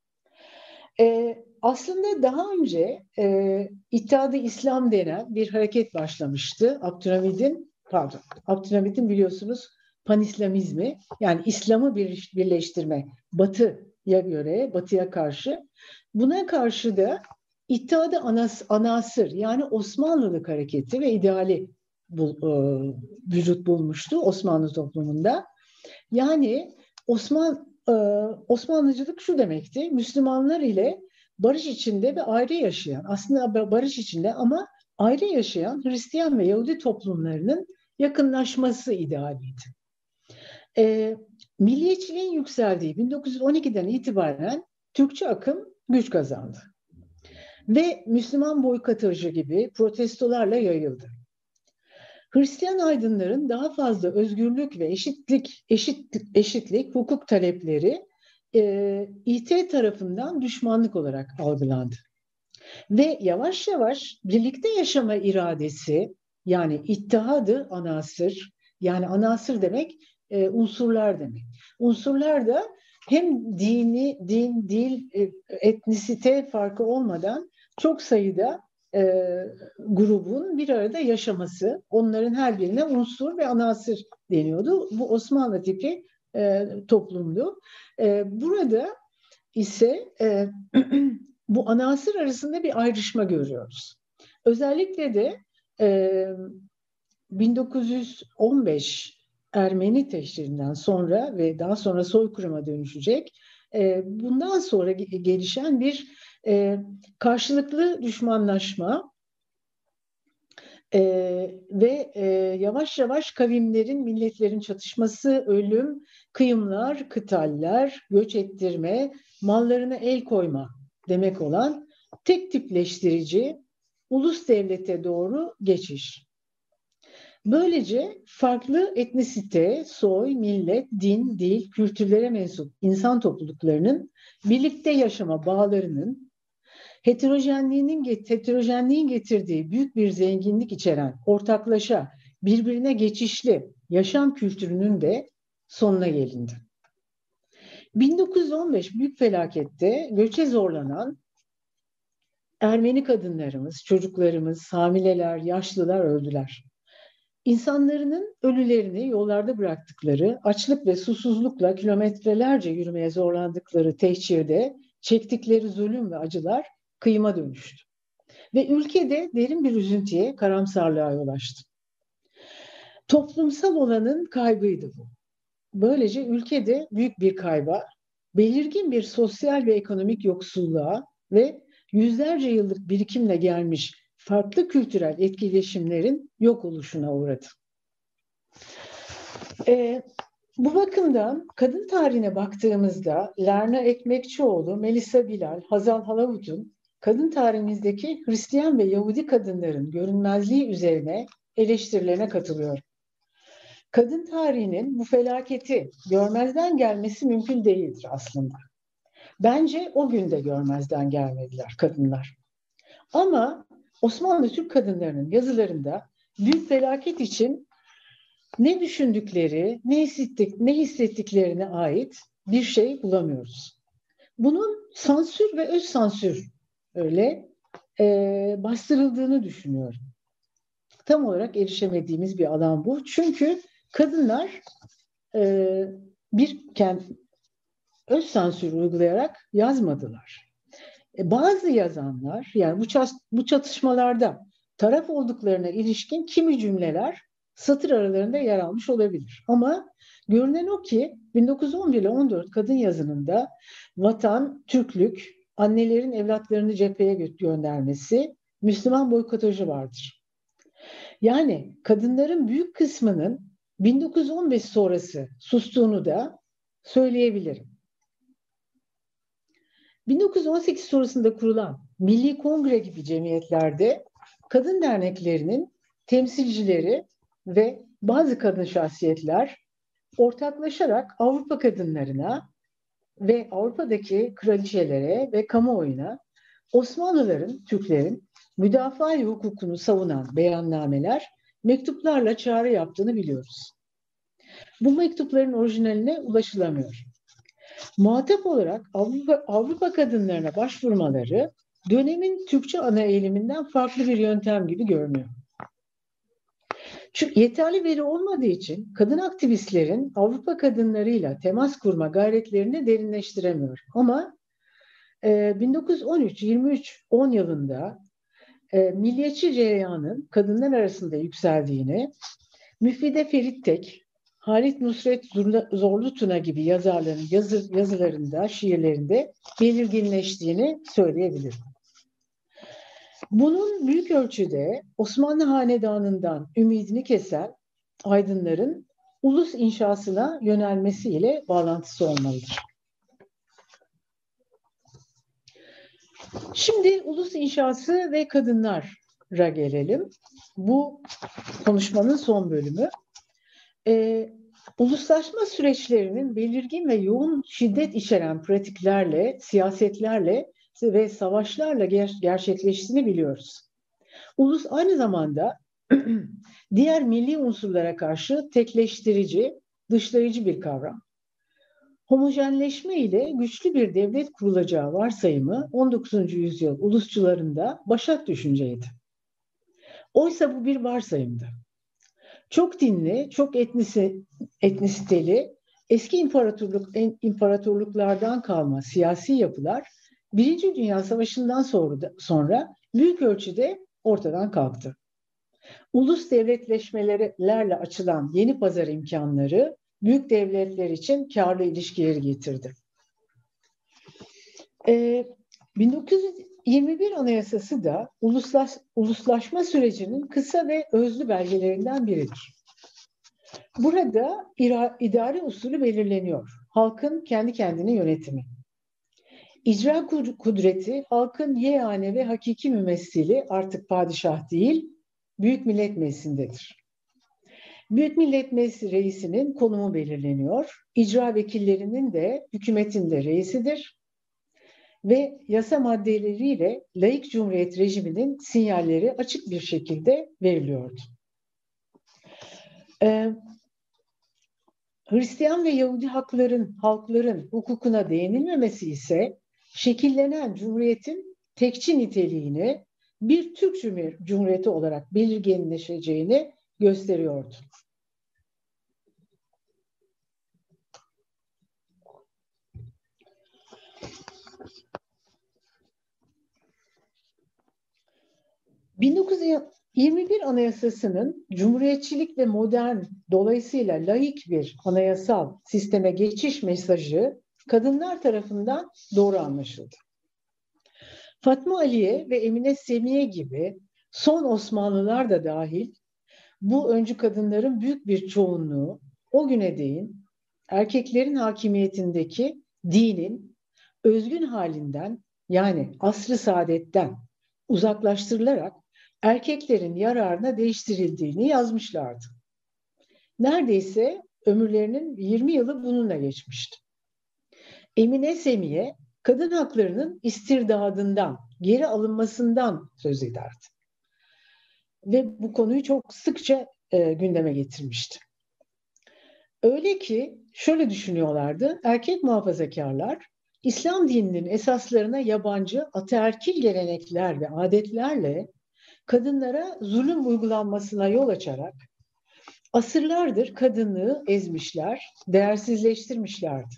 Ee, aslında daha önce e, İttihat-ı İslam denen bir hareket başlamıştı. Abdülhamid'in, pardon, Abdülhamid'in biliyorsunuz Panislamizmi, yani İslam'ı bir, birleştirme, Batı'ya göre, Batı'ya karşı. Buna karşı da İttihat-ı Anas, Anasır, yani Osmanlılık hareketi ve ideali bu, e, vücut bulmuştu Osmanlı toplumunda. Yani Osman e, Osmanlıcılık şu demekti: Müslümanlar ile barış içinde ve ayrı yaşayan, aslında barış içinde ama ayrı yaşayan Hristiyan ve Yahudi toplumlarının yakınlaşması idealiydi. E, milliyetçiliğin yükseldiği bin dokuz yüz on ikiden itibaren Türkçe akım güç kazandı ve Müslüman boykotajı gibi protestolarla yayıldı. Hristiyan aydınların daha fazla özgürlük ve eşitlik, eşit, eşitlik, hukuk talepleri e, İT tarafından düşmanlık olarak algılandı. Ve yavaş yavaş birlikte yaşama iradesi, yani İttihad-ı Anasır, yani anasır demek e, unsurlar demek. Unsurlar da hem dini, din, dil, etnisite farkı olmadan çok sayıda e, grubun bir arada yaşaması, onların her birine unsur ve anasır deniyordu. Bu Osmanlı tipi e, toplumdu. E, burada ise e, bu anasır arasında bir ayrışma görüyoruz. Özellikle de e, bin dokuz yüz on beş Ermeni tehcirinden sonra ve daha sonra soykırıma dönüşecek, e, bundan sonra gelişen bir e, karşılıklı düşmanlaşma e, ve e, yavaş yavaş kavimlerin, milletlerin çatışması, ölüm, kıyımlar, kıtaller, göç ettirme, mallarına el koyma demek olan tek tipleştirici ulus devlete doğru geçiş. Böylece farklı etnisite, soy, millet, din, dil, kültürlere mensup insan topluluklarının birlikte yaşama bağlarının heterojenliğinin heterojenliğin getirdiği büyük bir zenginlik içeren ortaklaşa birbirine geçişli yaşam kültürünün de sonuna gelindi. bin dokuz yüz on beş büyük felakette göçe zorlanan Ermeni kadınlarımız, çocuklarımız, hamileler, yaşlılar öldüler. İnsanların ölülerini yollarda bıraktıkları, açlık ve susuzlukla kilometrelerce yürümeye zorlandıkları tehcirde çektikleri zulüm ve acılar kıyıma dönüştü. Ve ülkede derin bir üzüntüye, karamsarlığa yol açtı. Toplumsal olanın kaybıydı bu. Böylece ülkede büyük bir kayba, belirgin bir sosyal ve ekonomik yoksulluğa ve yüzlerce yıllık birikimle gelmiş farklı kültürel etkileşimlerin yok oluşuna uğradı. Ee, bu bakımdan kadın tarihine baktığımızda Lerna Ekmekçioğlu, Melisa Bilal, Hazal Halavut'un kadın tarihimizdeki Hristiyan ve Yahudi kadınların görünmezliği üzerine eleştirilerine katılıyor. kadın tarihinin bu felaketi görmezden gelmesi mümkün değildir aslında. Bence o gün de görmezden gelmediler kadınlar. Ama Osmanlı Türk kadınlarının yazılarında büyük felaket için ne düşündükleri, ne, hissettik, ne hissettiklerine ait bir şey bulamıyoruz. Bunun sansür ve öz sansür öyle e, bastırıldığını düşünüyorum. Tam olarak erişemediğimiz bir alan bu. Çünkü kadınlar e, bir kendi öz sansür uygulayarak yazmadılar. E, bazı yazanlar, yani bu, bu çatışmalarda taraf olduklarına ilişkin kimi cümleler satır aralarında yer almış olabilir. Ama görünen o ki bin dokuz yüz on bir ile on dört kadın yazınında vatan, Türklük, annelerin evlatlarını cepheye göndermesi, Müslüman boykotajı vardır. Yani kadınların büyük kısmının bin dokuz yüz on beş sonrası sustuğunu da söyleyebilirim. bin dokuz yüz on sekiz sonrasında kurulan Milli Kongre gibi cemiyetlerde kadın derneklerinin temsilcileri ve bazı kadın şahsiyetler ortaklaşarak Avrupa kadınlarına ve Avrupa'daki kraliçelere ve kamuoyuna Osmanlıların, Türklerin müdafaa hukukunu savunan beyannameler, mektuplarla çağrı yaptığını biliyoruz. Bu mektupların orijinaline ulaşılamıyor. Muhatap olarak Avrupa, Avrupa kadınlarına başvurmaları dönemin Türkçe ana eğiliminden farklı bir yöntem gibi görünüyor. Çünkü yeterli veri olmadığı için kadın aktivistlerin Avrupa kadınlarıyla temas kurma gayretlerini derinleştiremiyor. Ama e, bin dokuz yüz on üç yirmi üç on yılında e, milliyetçi cereyanın kadınlar arasında yükseldiğini, Müfide Ferit Tek, Halit Nusret Zorlu Tuna gibi yazarların yazı, yazılarında, şiirlerinde belirginleştiğini söyleyebilirim. Bunun büyük ölçüde Osmanlı Hanedanı'ndan ümidini kesen aydınların ulus inşasına yönelmesiyle bağlantısı olmalıdır. Şimdi ulus inşası ve kadınlara gelelim. Bu konuşmanın son bölümü. Ee, uluslaşma süreçlerinin belirgin ve yoğun şiddet içeren pratiklerle, siyasetlerle ve savaşlarla ger- gerçekleştiğini biliyoruz. Ulus aynı zamanda diğer milli unsurlara karşı tekleştirici, dışlayıcı bir kavram. Homojenleşme ile güçlü bir devlet kurulacağı varsayımı on dokuzuncu yüzyıl ulusçularında başat düşünceydi. Oysa bu bir varsayımdı. Çok dinli, çok etnisi, etnisiteli, eski imparatorluk, imparatorluklardan kalma siyasi yapılar Birinci Dünya Savaşı'ndan sonra, sonra büyük ölçüde ortadan kalktı. Ulus devletleşmelerle açılan yeni pazar imkanları büyük devletler için karlı ilişkileri getirdi. Ee, bin dokuz yüz yirmi bir Anayasası da uluslaş, uluslaşma sürecinin kısa ve özlü belgelerinden biridir. Burada ira, idare usulü belirleniyor. Halkın kendi kendine yönetimi. İcra kudreti halkın yegane ve hakiki mümessili, artık padişah değil, Büyük Millet Meclisi'ndedir. Büyük Millet Meclisi reisinin konumu belirleniyor. İcra vekillerinin de hükümetin de reisidir. Ve yasa maddeleriyle laik cumhuriyet rejiminin sinyalleri açık bir şekilde veriliyordu. Ee, Hristiyan ve Yahudi hakların, halkların hukukuna değinilmemesi ise şekillenen cumhuriyetin tekçi niteliğini bir Türk Cumhuriyeti olarak belirginleşeceğini gösteriyordu. bin dokuz yüz yirmi bir Anayasası'nın cumhuriyetçilik ve modern, dolayısıyla laik bir anayasal sisteme geçiş mesajı kadınlar tarafından doğru anlaşıldı. Fatma Aliye ve Emine Semiye gibi son Osmanlılar da dahil bu öncü kadınların büyük bir çoğunluğu o güne değin erkeklerin hakimiyetindeki dinin özgün halinden, yani asr-ı saadetten uzaklaştırılarak erkeklerin yararına değiştirildiğini yazmışlardı. Neredeyse ömürlerinin yirmi yılı bununla geçmişti. Emine Semiye, kadın haklarının istirdadından, geri alınmasından söz ederdi. Ve bu konuyu çok sıkça e, gündeme getirmişti. Öyle ki şöyle düşünüyorlardı, erkek muhafazakarlar İslam dininin esaslarına yabancı ataerkil gelenekler ve adetlerle kadınlara zulüm uygulanmasına yol açarak asırlardır kadınlığı ezmişler, değersizleştirmişlerdi.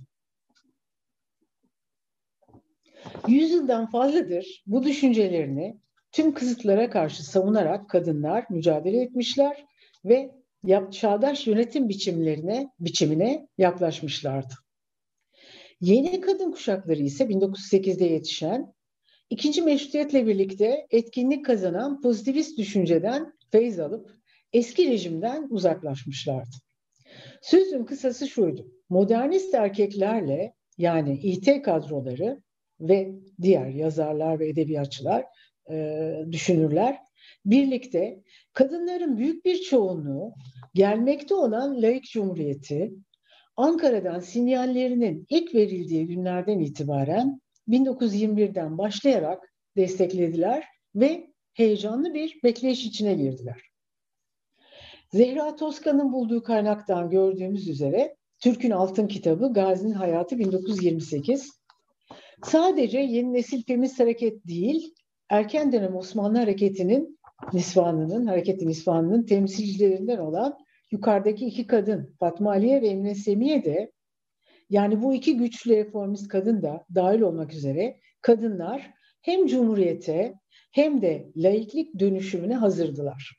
Yüzyıldan fazladır bu düşüncelerini tüm kısıtlara karşı savunarak kadınlar mücadele etmişler ve çağdaş yönetim biçimlerine, biçimine yaklaşmışlardı. Yeni kadın kuşakları ise bin dokuz yüz sekizde yetişen, ikinci meşrutiyetle birlikte etkinlik kazanan pozitivist düşünceden feyz alıp eski rejimden uzaklaşmışlardı. Sözün kısası şuydu, modernist erkeklerle yani İ T kadroları ve diğer yazarlar ve edebiyatçılar, e, düşünürler birlikte kadınların büyük bir çoğunluğu gelmekte olan laik cumhuriyeti Ankara'dan sinyallerinin ilk verildiği günlerden itibaren bin dokuz yüz yirmi birden başlayarak desteklediler ve heyecanlı bir bekleyiş içine girdiler. Zehra Toskan'ın bulduğu kaynaktan gördüğümüz üzere Türk'ün Altın Kitabı Gazi'nin Hayatı bin dokuz yüz yirmi sekiz sadece yeni nesil feminist hareket değil, erken dönem Osmanlı hareketinin Nisvanı'nın, hareketi Nisvanı'nın temsilcilerinden olan yukarıdaki iki kadın Fatma Aliye ve Emine Semiye de, yani bu iki güçlü reformist kadın da dahil olmak üzere kadınlar hem cumhuriyete hem de laiklik dönüşümüne hazırdılar.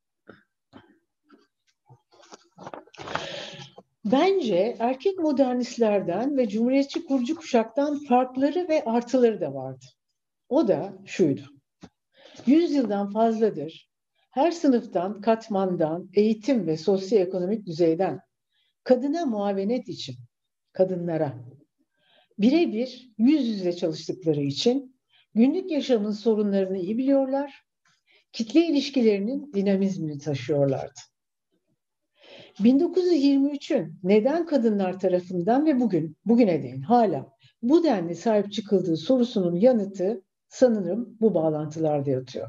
Bence erkek modernistlerden ve cumhuriyetçi kurucu kuşaktan farkları ve artıları da vardı. O da şuydu. Yüzyıldan fazladır her sınıftan, katmandan, eğitim ve sosyoekonomik düzeyden kadına muavenet için, kadınlara birebir yüz yüze çalıştıkları için günlük yaşamın sorunlarını iyi biliyorlar, kitle ilişkilerinin dinamizmini taşıyorlardı. bin dokuz yüz yirmi üçün neden kadınlar tarafından ve bugün, bugüne değin hala bu denli sahip çıkıldığı sorusunun yanıtı sanırım bu bağlantılarda yatıyor.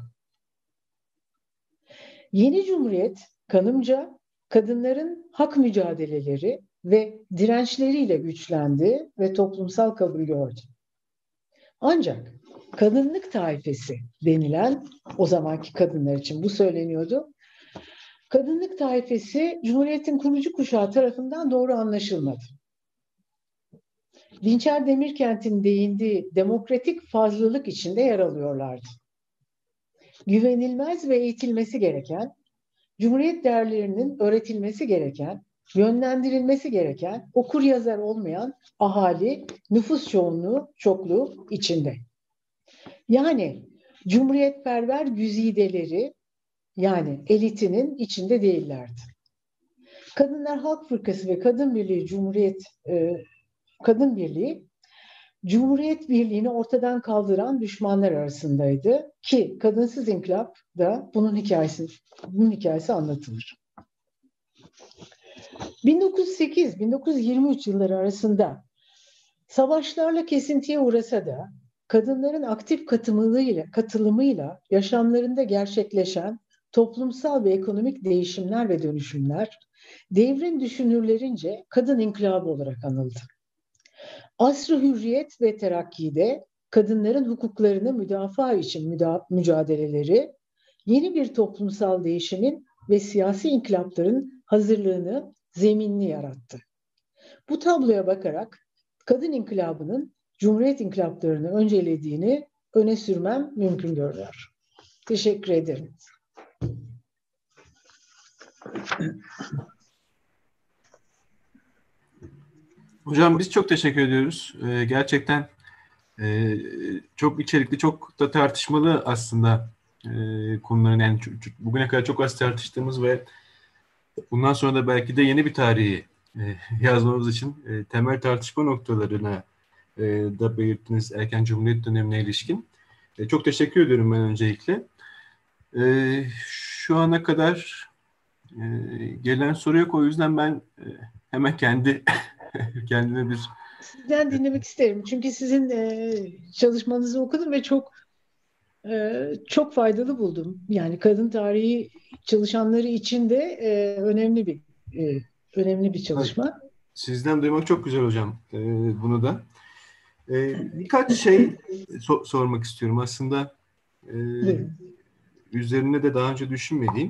Yeni Cumhuriyet kanımca kadınların hak mücadeleleri ve dirençleriyle güçlendi ve toplumsal kabul gördü. Ancak kadınlık taifesi denilen, o zamanki kadınlar için bu söyleniyordu, kadınlık taifesi Cumhuriyet'in kurucu kuşağı tarafından doğru anlaşılmadı. Dinçer Demirkent'in değindiği demokratik fazlalık içinde yer alıyorlardı. Güvenilmez ve eğitilmesi gereken, Cumhuriyet değerlerinin öğretilmesi gereken, yönlendirilmesi gereken, okur yazar olmayan ahali, nüfus çoğunluğu, çokluğu içinde. Yani cumhuriyetperver güzideleri, yani elitinin içinde değillerdi. Kadınlar Halk Fırkası ve Kadın Birliği Cumhuriyet e, Kadın Birliği Cumhuriyet Birliği'ni ortadan kaldıran düşmanlar arasındaydı ki kadınsız inkılap da bunun hikayesi bunun hikayesi anlatılır. bin dokuz yüz sekiz bin dokuz yüz yirmi üç yılları arasında savaşlarla kesintiye uğrasa da kadınların aktif katılımıyla, katılımıyla yaşamlarında gerçekleşen toplumsal ve ekonomik değişimler ve dönüşümler devrin düşünürlerince kadın inkılabı olarak anıldı. Asr-ı hürriyet ve terakkide kadınların hukuklarını müdafaa için müda- mücadeleleri yeni bir toplumsal değişimin ve siyasi inkılapların hazırlığını, zeminini yarattı. Bu tabloya bakarak kadın inkılabının Cumhuriyet inkılaplarını öncelediğini öne sürmem mümkün görünüyor. Teşekkür ederim. Hocam biz çok teşekkür ediyoruz. Ee, gerçekten e, çok içerikli, çok da tartışmalı aslında e, konuların, yani bugüne kadar çok az tartıştığımız ve bundan sonra da belki de yeni bir tarihi e, yazmamız için e, temel tartışma noktalarına e, da belirttiniz erken Cumhuriyet dönemine ilişkin. E, çok teşekkür ediyorum ben öncelikle. E, şu ana kadar E, gelen soru yok, o yüzden ben e, hemen kendi kendime bir... Sizden dinlemek isterim. Çünkü sizin e, çalışmanızı okudum ve çok e, çok faydalı buldum. Yani kadın tarihi çalışanları için de e, önemli bir e, önemli bir çalışma. Sizden duymak çok güzel hocam, e, bunu da. E, birkaç şey so- sormak istiyorum aslında. E, Buyurun. üzerine de daha önce düşünmediğim.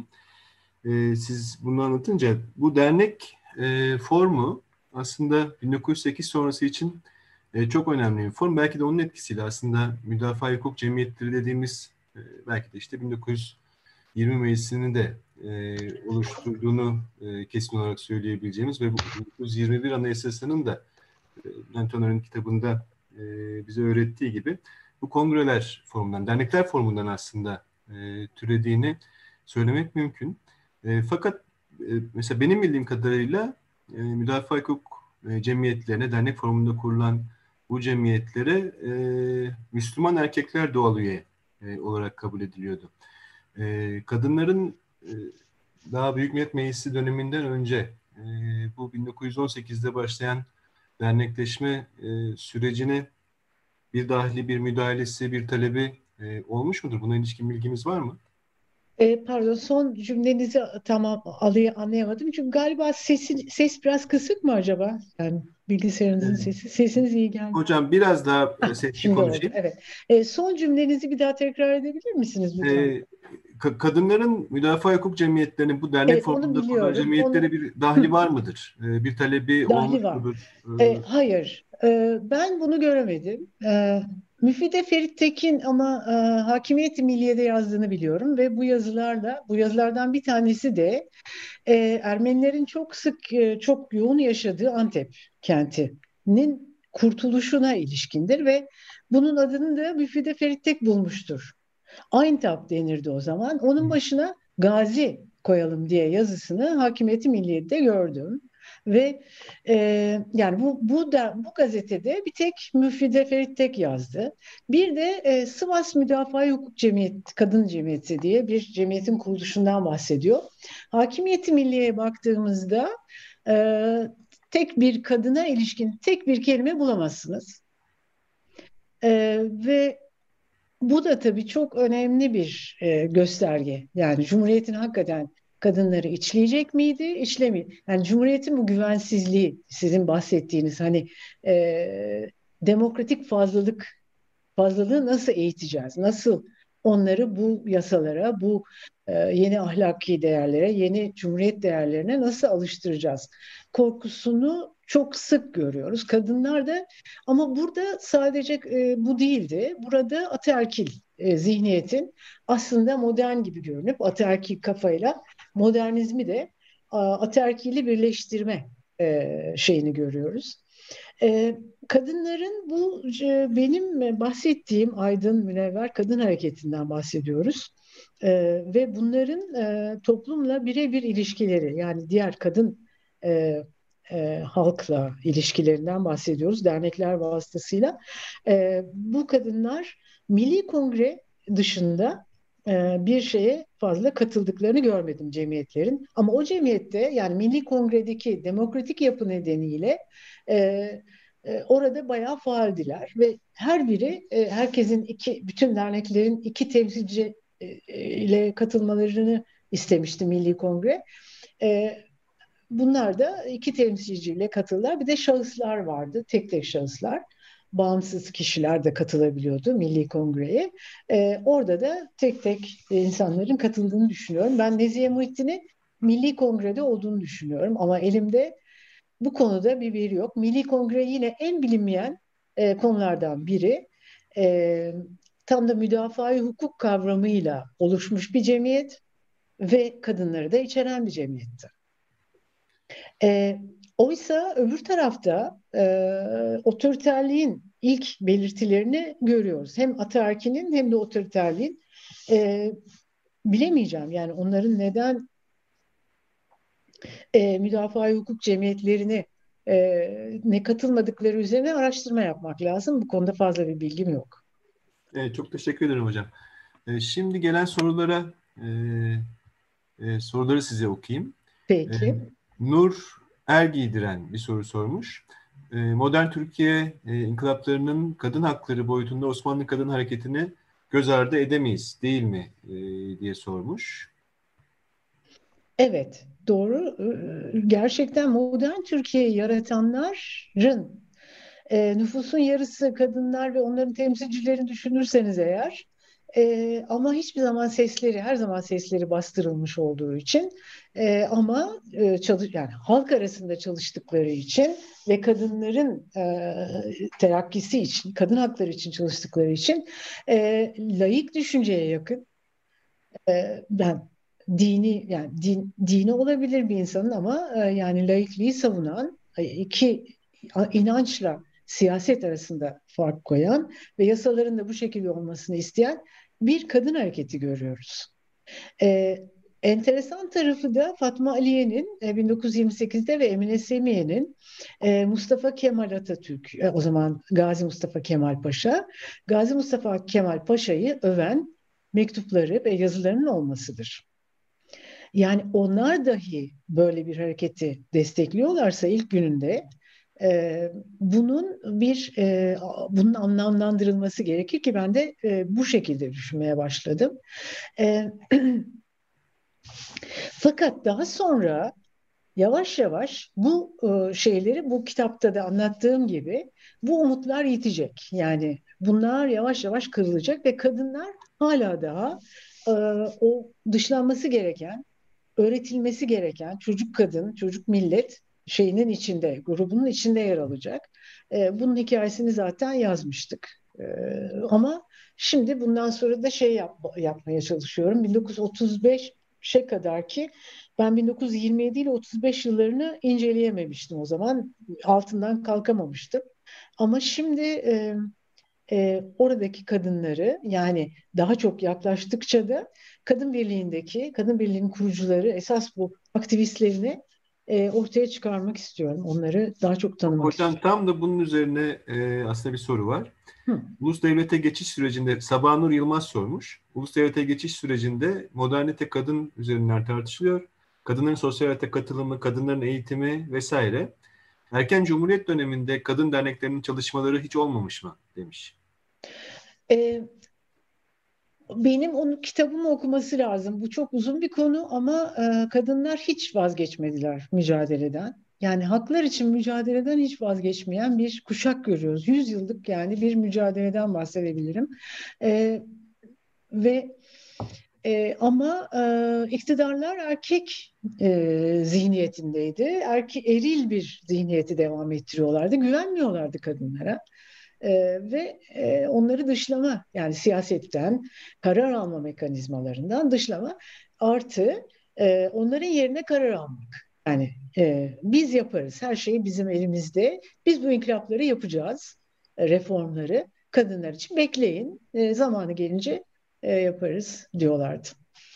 E, siz bunu anlatınca bu dernek e, formu aslında bin dokuz yüz sekiz sonrası için e, çok önemli bir form. Belki de onun etkisiyle aslında müdafaa hukuk cemiyetleri dediğimiz e, belki de işte bin dokuz yüz yirmi Meclisi'ni de e, oluşturduğunu e, kesin olarak söyleyebileceğimiz ve bu bin dokuz yüz yirmi bir Anayasası'nın da e, Bülent Onor'un kitabında e, bize öğrettiği gibi bu kongreler formundan, dernekler formundan aslında e, türediğini söylemek mümkün. E, fakat e, mesela benim bildiğim kadarıyla e, müdafaa hukuk e, cemiyetlerine, dernek formunda kurulan bu cemiyetlere e, Müslüman erkekler doğal üye e, olarak kabul ediliyordu. E, kadınların e, daha Büyük Millet Meclisi döneminden önce e, bu bin dokuz yüz on sekizde başlayan dernekleşme e, sürecine bir dahili, bir müdahalesi, bir talebi e, olmuş mudur? Buna ilişkin bilgimiz var mı? E, pardon, son cümlenizi tamam alay- anlayamadım. Çünkü galiba sesi, ses biraz kısık mı acaba? Yani bilgisayarınızın E, sesi. Sesiniz iyi geldi. hocam biraz daha e, Ah, sesli şimdi oldu. konuşayım. Evet. E, son cümlenizi bir daha tekrar edebilir misiniz lütfen? E, ka- kadınların müdafaa hukuk cemiyetlerinin bu dernek Evet, onu formunda kurulan biliyorum. Onu cemiyetlere bir dahli var mıdır? E, bir talebi olmuş dahli var. mudur? E, E, hayır, e, ben bunu göremedim. E, Müfide Ferit Tekin ama e, Hakimiyet-i Milliye'de yazdığını biliyorum ve bu yazılarla, bu yazılardan bir tanesi de e, Ermenilerin çok sık, e, çok yoğun yaşadığı Antep kentinin kurtuluşuna ilişkindir ve bunun adını da Müfide Ferit Tek bulmuştur. Eintap denirdi o zaman. Onun başına Gazi koyalım diye yazısını Hakimiyeti Milliye'de gördüm. Ve e, yani bu bu da bu gazetede bir tek Müfide Ferit Tek yazdı. Bir de e, Sivas Müdafaa Hukuk Cemiyeti, Kadın Cemiyeti diye bir cemiyetin kuruluşundan bahsediyor. Hakimiyeti Milliye'ye baktığımızda e, tek bir kadına ilişkin tek bir kelime bulamazsınız. E, ve bu da tabii çok önemli bir e, gösterge. Yani Cumhuriyet'in hakikaten kadınları içleyecek miydi, içlemi? Yani Cumhuriyet'in bu güvensizliği, sizin bahsettiğiniz hani e, demokratik fazlalık fazlalığı nasıl eğiteceğiz? Nasıl onları bu yasalara, bu e, yeni ahlaki değerlere, yeni cumhuriyet değerlerine nasıl alıştıracağız? Korkusunu çok sık görüyoruz. Kadınlar da ama burada sadece e, bu değildi. Burada ataerkil e, zihniyetin aslında modern gibi görünüp ataerkil kafayla modernizmi de a, ataerkili birleştirme e, şeyini görüyoruz. E, Kadınların bu e, benim bahsettiğim aydın münevver kadın hareketinden bahsediyoruz. E, ve bunların e, toplumla birebir ilişkileri yani diğer kadın e, e, halkla ilişkilerinden bahsediyoruz dernekler vasıtasıyla. E, bu kadınlar Milli Kongre dışında e, bir şeye fazla katıldıklarını görmedim cemiyetlerin. Ama o cemiyette yani Milli Kongre'deki demokratik yapı nedeniyle e, e, orada bayağı faaldiler ve her biri e, herkesin iki bütün derneklerin iki temsilci e, ile katılmalarını istemişti Milli Kongre. E, Bunlar da iki temsilciyle katıldılar. Bir de şahıslar vardı, tek tek şahıslar. Bağımsız kişiler de katılabiliyordu Milli Kongre'ye. E, orada da tek tek insanların katıldığını düşünüyorum. Ben Nezihe Muhittin'in Milli Kongre'de olduğunu düşünüyorum ama elimde bu konuda bir veri yok. Milli Kongre yine en bilinmeyen e, konulardan biri. E, Tam da müdafaa hukuk kavramıyla oluşmuş bir cemiyet ve kadınları da içeren bir cemiyetti. E, Oysa öbür tarafta e, otoriterliğin ilk belirtilerini görüyoruz. Hem ataerkinin hem de otoriterliğin. E, Bilemeyeceğim yani onların neden e, müdafaa hukuk cemiyetlerine e, ne katılmadıkları üzerine araştırma yapmak lazım. Bu konuda fazla bir bilgim yok. evet, çok teşekkür ederim hocam. E, şimdi gelen sorulara e, E, soruları size okuyayım. E, Peki. Nur Ergiydiren bir soru sormuş. E, modern Türkiye e, inkılaplarının kadın hakları boyutunda Osmanlı kadın hareketini göz ardı edemeyiz, değil mi? E, diye sormuş. Evet, doğru. Ee, Gerçekten modern Türkiye'yi yaratanların e, nüfusun yarısı kadınlar ve onların temsilcilerini düşünürseniz eğer, e, ama hiçbir zaman sesleri, her zaman sesleri bastırılmış olduğu için, e, ama e, çalış, yani halk arasında çalıştıkları için ve kadınların e, terakkisi için, kadın hakları için çalıştıkları için e, laik düşünceye yakın, e, ben dini, yani din, dini olabilir bir insanın ama e, yani laikliği savunan, e, iki inançla siyaset arasında fark koyan ve yasaların da bu şekilde olmasını isteyen bir kadın hareketi görüyoruz. E, Enteresan tarafı da Fatma Aliye'nin e, bin dokuz yüz yirmi sekizde ve Emine Semiye'nin e, Mustafa Kemal Atatürk, e, o zaman Gazi Mustafa Kemal Paşa, Gazi Mustafa Kemal Paşa'yı öven mektupları ve yazılarının olmasıdır. Yani onlar dahi böyle bir hareketi destekliyorlarsa ilk gününde, e, bunun bir e, bunun anlamlandırılması gerekir ki ben de e, bu şekilde düşünmeye başladım. E, Fakat daha sonra yavaş yavaş bu e, şeyleri, bu kitapta da anlattığım gibi, bu umutlar yitecek. Yani bunlar yavaş yavaş kırılacak ve kadınlar hala daha e, o dışlanması gereken, öğretilmesi gereken çocuk kadın, çocuk millet şeyinin içinde, grubunun içinde yer alacak. E, bunun hikayesini zaten yazmıştık. E, ama şimdi bundan sonra da şey yap, yapmaya çalışıyorum. bin dokuz yüz otuz beşe kadar ki, ben bin dokuz yüz yirmi yedi ile otuz beş yıllarını inceleyememiştim o zaman. Altından kalkamamıştım. Ama şimdi e, e, oradaki kadınları, yani daha çok yaklaştıkça da kadın birliğindeki, kadın birliğinin kurucuları, esas bu aktivistlerini e, ortaya çıkarmak istiyorum. Onları daha çok tanımak Hocam istiyorum. tam da bunun üzerine e, aslında bir soru var. Hı. Ulus devlete geçiş sürecinde Sabah Nur Yılmaz sormuş. Ulus devlete geçiş sürecinde modernite kadın üzerinden tartışılıyor. Kadınların sosyal hayata katılımı, kadınların eğitimi vesaire. Erken Cumhuriyet döneminde kadın derneklerinin çalışmaları hiç olmamış mı demiş. E, Benim onun kitabımı okuması lazım. Bu çok uzun bir konu ama e, kadınlar hiç vazgeçmediler mücadeleden. Yani haklar için mücadeleden hiç vazgeçmeyen bir kuşak görüyoruz. Yüz yıllık yani bir mücadeleden bahsedebilirim. E, ve e, ama e, iktidarlar erkek e, zihniyetindeydi. Erke, eril bir zihniyeti devam ettiriyorlardı. Güvenmiyorlardı kadınlara. E, ve e, onları dışlama, yani siyasetten, karar alma mekanizmalarından dışlama, artı e, onların yerine karar almak. Yani e, biz yaparız, her şey bizim elimizde. Biz bu inkılapları yapacağız, e, reformları. Kadınlar için bekleyin, e, zamanı gelince e, yaparız diyorlardı.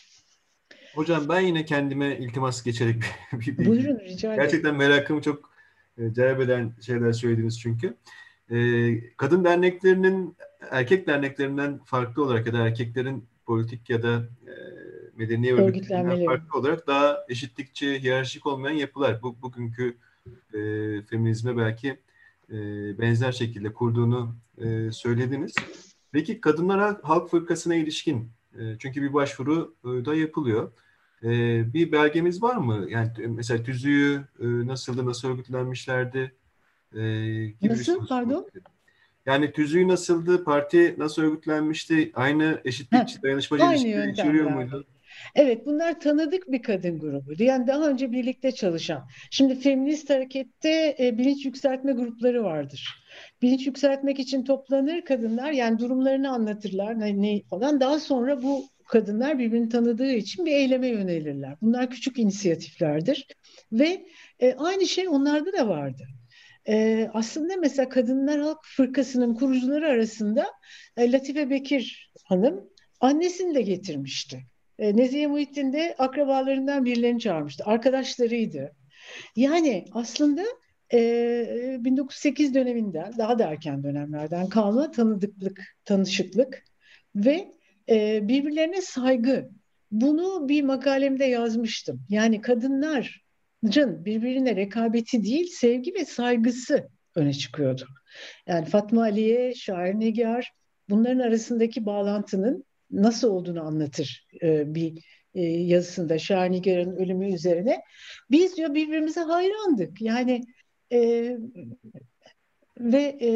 Hocam ben yine kendime iltimas geçerek bir, bir bilgi. Buyurun, rica ederim. Gerçekten merakımı çok e, celbeden şeyler söylediniz çünkü. E, kadın derneklerinin erkek derneklerinden farklı olarak ya da erkeklerin politik ya da e, medeni örgütlerinden Örgütlenmeleri. farklı olarak daha eşitlikçi, hiyerarşik olmayan yapılar. Bu, bugünkü e, feminizme belki e, benzer şekilde kurduğunu e, söylediniz. Peki Kadınlar Halk Fırkası'na ilişkin, e, çünkü bir başvuru e, da yapılıyor. E, bir belgemiz var mı? Yani mesela tüzüğü e, nasıldı, nasıl örgütlenmişlerdi e, gibi bir Nasıl, soru sormak pardon? istedim. Yani tüzüğü nasıldı, parti nasıl örgütlenmişti, aynı Heh, eşitlikçi, dayanışmacı aynı ilişkileri içeriyor yöntemlerle. muydu? Evet, bunlar tanıdık bir kadın grubuydu. Yani daha önce birlikte çalışan. Şimdi feminist harekette e, bilinç yükseltme grupları vardır. Bilinç yükseltmek için toplanır kadınlar, yani durumlarını anlatırlar ne, ne falan. Daha sonra bu kadınlar birbirini tanıdığı için bir eyleme yönelirler. Bunlar küçük inisiyatiflerdir ve e, aynı şey onlarda da vardı. E, aslında mesela Kadınlar Halk Fırkası'nın kurucuları arasında e, Latife Bekir Hanım annesini de getirmişti. E, Nezihe Muhittin de akrabalarından birilerini çağırmıştı. Arkadaşlarıydı. Yani aslında e, bin dokuz yüz sekiz döneminden, daha da erken dönemlerden kalma tanıdıklık, tanışıklık ve e, birbirlerine saygı. bunu bir makalemde yazmıştım. Yani kadınların birbirine rekabeti değil, sevgi ve saygısı öne çıkıyordu. Yani Fatma Aliye, Şair Nigar, bunların arasındaki bağlantının nasıl olduğunu anlatır e, bir e, yazısında Şair Nigar'ın ölümü üzerine. Biz diyor birbirimize hayrandık. Yani e, ve e,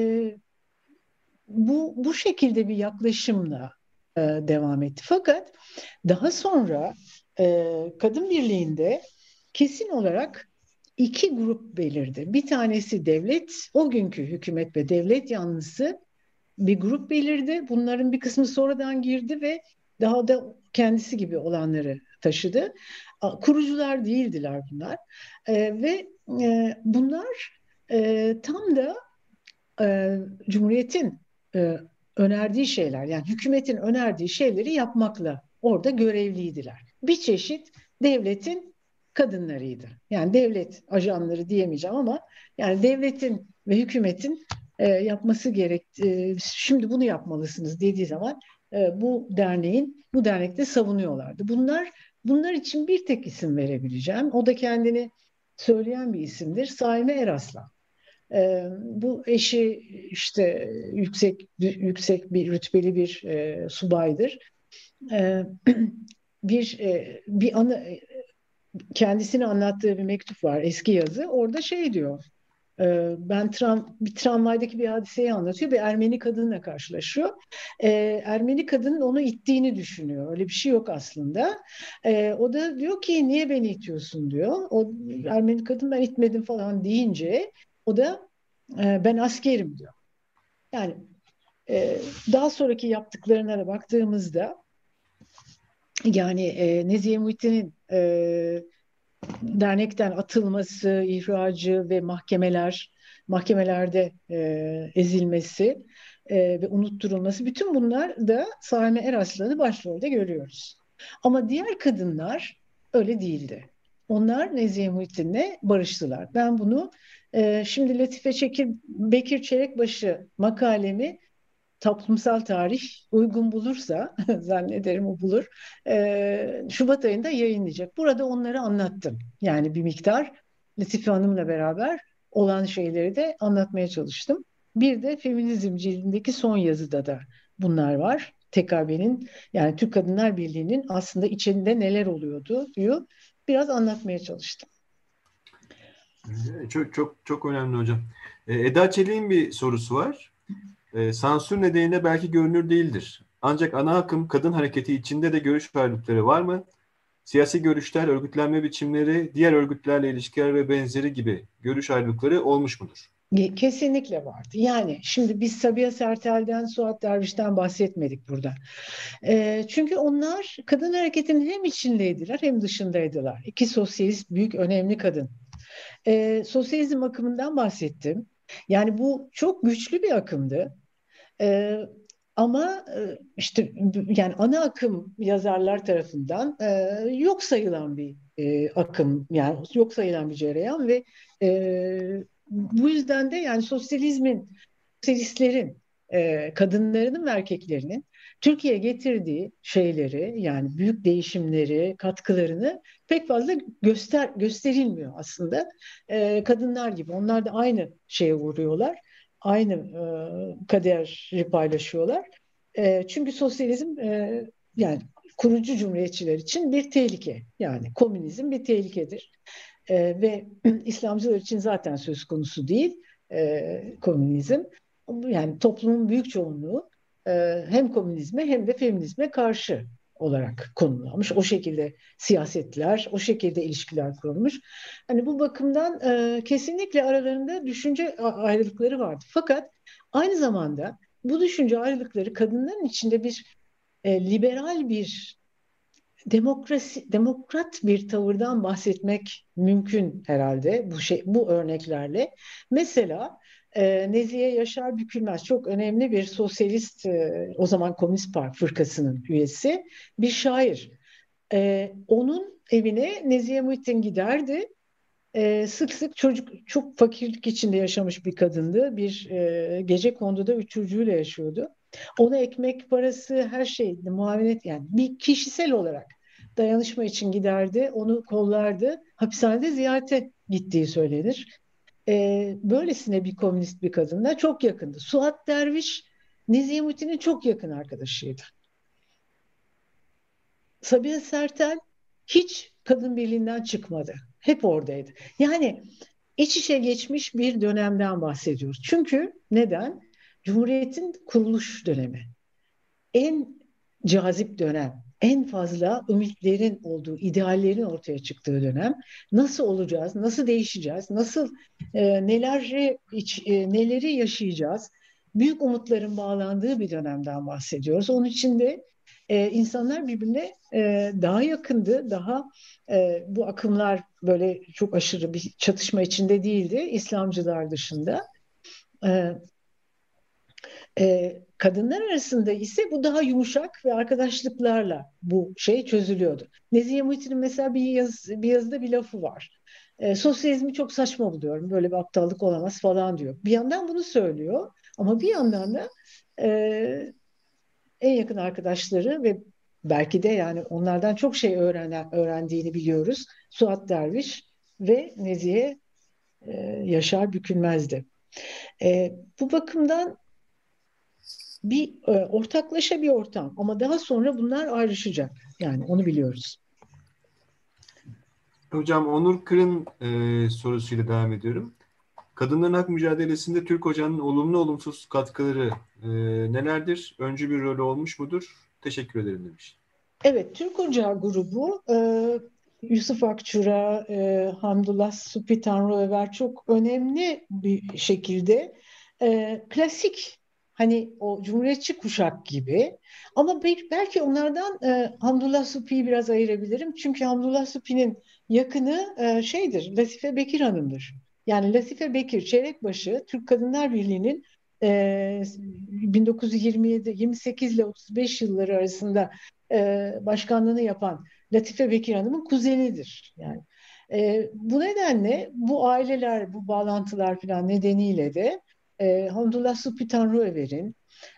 bu bu şekilde bir yaklaşımla e, devam etti. Fakat daha sonra e, Kadın Birliği'nde kesin olarak iki grup belirdi. Bir tanesi devlet, o günkü hükümet ve devlet yanlısı bir grup belirdi. Bunların bir kısmı sonradan girdi ve daha da kendisi gibi olanları taşıdı. Kurucular değildiler bunlar. E, ve e, bunlar e, tam da e, Cumhuriyet'in e, önerdiği şeyler, yani hükümetin önerdiği şeyleri yapmakla orada görevliydiler. Bir çeşit devletin kadınlarıydı. Yani devlet ajanları diyemeyeceğim ama yani devletin ve hükümetin e, yapması gerek, e, şimdi bunu yapmalısınız dediği zaman e, bu derneğin, bu dernekte savunuyorlardı. Bunlar bunlar için bir tek isim verebileceğim. O da kendini söyleyen bir isimdir. Saime Eraslan. E, bu eşi işte yüksek yüksek bir rütbeli bir e, subaydır. E, bir e, bir anı kendisini anlattığı bir mektup var, eski yazı. Orada şey diyor. e, ben tram, bir tramvaydaki bir hadiseyi anlatıyor. Bir Ermeni kadınla karşılaşıyor. E, Ermeni kadının onu ittiğini düşünüyor. Öyle bir şey yok aslında. E, o da diyor ki niye beni itiyorsun diyor. O Ermeni kadın ben itmedim falan deyince o da e, ben askerim diyor. Yani e, daha sonraki yaptıklarına da baktığımızda yani e, Nezihe Muhittin'in e, dernekten atılması, ihracı ve mahkemeler, mahkemelerde e, ezilmesi e, ve unutturulması, bütün bunlar da Saime Eraslan'ı başrolde görüyoruz. Ama diğer kadınlar öyle değildi. Onlar Nezihe Muhittin'le barıştılar. Ben bunu e, şimdi Latife Çekir, Bekir Çelikbaşı makalemi toplumsal tarih uygun bulursa zannederim o bulur. E, Şubat ayında yayınlayacak. Burada onları anlattım. Yani bir miktar Latife Hanım'la beraber olan şeyleri de anlatmaya çalıştım. Bir de Feminizm cildindeki son yazıda da bunlar var. T K B'nin yani Türk Kadınlar Birliği'nin aslında içinde neler oluyordu diyor. Biraz anlatmaya çalıştım. Çok çok çok önemli hocam. Eda Çelik'in bir sorusu var. E, sansür nedeniyle belki görünür değildir. Ancak ana akım kadın hareketi içinde de görüş ayrılıkları var mı? Siyasi görüşler, örgütlenme biçimleri, diğer örgütlerle ilişkiler ve benzeri gibi görüş ayrılıkları olmuş mudur? Kesinlikle vardı. Yani şimdi biz Sabiha Sertel'den, Suat Derviş'ten bahsetmedik burada. E, çünkü onlar kadın hareketinin hem içindeydiler hem dışındaydılar. İki sosyalist büyük önemli kadın. E, sosyalizm akımından bahsettim. Yani bu çok güçlü bir akımdı. E, ama e, işte yani ana akım yazarlar tarafından e, yok sayılan bir e, akım, yani yok sayılan bir cereyan ve e, bu yüzden de yani sosyalizmin, sosyalistlerin, e, kadınlarının ve erkeklerinin Türkiye'ye getirdiği şeyleri, yani büyük değişimleri, katkılarını pek fazla göster gösterilmiyor aslında. E, kadınlar gibi onlar da aynı şeye vuruyorlar. Aynı e, kaderi paylaşıyorlar. E, çünkü sosyalizm e, yani kurucu cumhuriyetçiler için bir tehlike. Yani komünizm bir tehlikedir. E, ve İslamcılar için zaten söz konusu değil e, komünizm. Yani toplumun büyük çoğunluğu e, hem komünizme hem de feminizme karşı olarak konumlanmış. O şekilde siyasetler, o şekilde ilişkiler kurulmuş. Hani bu bakımdan e, kesinlikle aralarında düşünce ayrılıkları vardı. Fakat aynı zamanda bu düşünce ayrılıkları kadınların içinde bir e, liberal bir demokrasi, demokrat bir tavırdan bahsetmek mümkün herhalde bu şey, bu örneklerle. Mesela e, Nezihe Yaşar Bükülmez çok önemli bir sosyalist, e, o zaman Komünist Parti fırkasının üyesi bir şair. E, onun evine Nezihe Muhittin giderdi. E, sık sık çocuk çok fakirlik içinde yaşamış bir kadındı. Bir e, gecekonduda üç çocuğuyla yaşıyordu. Ona ekmek parası her şey muavenet yani bir kişisel olarak dayanışma için giderdi, onu kollardı. Hapishanede ziyarete gittiği söylenir. E, böylesine bir komünist bir kadınla çok yakındı. Suat Derviş, Nezihe Muhittin'in çok yakın arkadaşıydı. Sabiha Sertel hiç kadın birliğinden çıkmadı. Hep oradaydı. Yani iç içe geçmiş bir dönemden bahsediyoruz. Çünkü neden? Cumhuriyet'in kuruluş dönemi. En cazip dönem, en fazla ümitlerin olduğu, ideallerin ortaya çıktığı dönem. Nasıl olacağız, nasıl değişeceğiz, nasıl e, neleri, iç, e, neleri yaşayacağız? Büyük umutların bağlandığı bir dönemden bahsediyoruz. Onun için de e, insanlar birbirine e, daha yakındı, daha e, bu akımlar böyle çok aşırı bir çatışma içinde değildi, İslamcılar dışında. E, e, kadınlar arasında ise bu daha yumuşak ve arkadaşlıklarla bu şey çözülüyordu. Nezihe Muhittin'in mesela bir, yaz, bir yazıda bir lafı var. E, sosyalizmi çok saçma buluyorum. Böyle bir aptallık olamaz falan diyor. Bir yandan bunu söylüyor ama bir yandan da e, en yakın arkadaşları ve belki de yani onlardan çok şey öğrenen, öğrendiğini biliyoruz. Suat Derviş ve Nezihe e, Yaşar Bükülmez'di. E, bu bakımdan bir e, ortaklaşa bir ortam ama daha sonra bunlar ayrışacak. Yani onu biliyoruz. Hocam Onur Kır'ın e, sorusuyla devam ediyorum. Kadınların hak mücadelesinde Türk Ocağı'nın olumlu olumsuz katkıları e, nelerdir? Öncü bir rolü olmuş mudur? Teşekkür ederim demiş. Evet, Türk Ocağı grubu e, Yusuf Akçura, e, Hamdullah Supi Tanrıöver çok önemli bir şekilde e, klasik hani o Cumhuriyetçi kuşak gibi ama bir, belki onlardan e, Hamdullah Supi'yi biraz ayırabilirim. Çünkü Hamdullah Supi'nin yakını e, şeydir, Latife Bekir Hanım'dır. Yani Latife Bekir, Çeyrekbaşı, Türk Kadınlar Birliği'nin e, bin dokuz yüz yirmi yedi yirmi sekiz ile otuz beş yılları arasında e, başkanlığını yapan Latife Bekir Hanım'ın kuzenidir. Yani e, bu nedenle bu aileler, bu bağlantılar falan nedeniyle de e, Hamdullah Subhi Tanrıöver'in,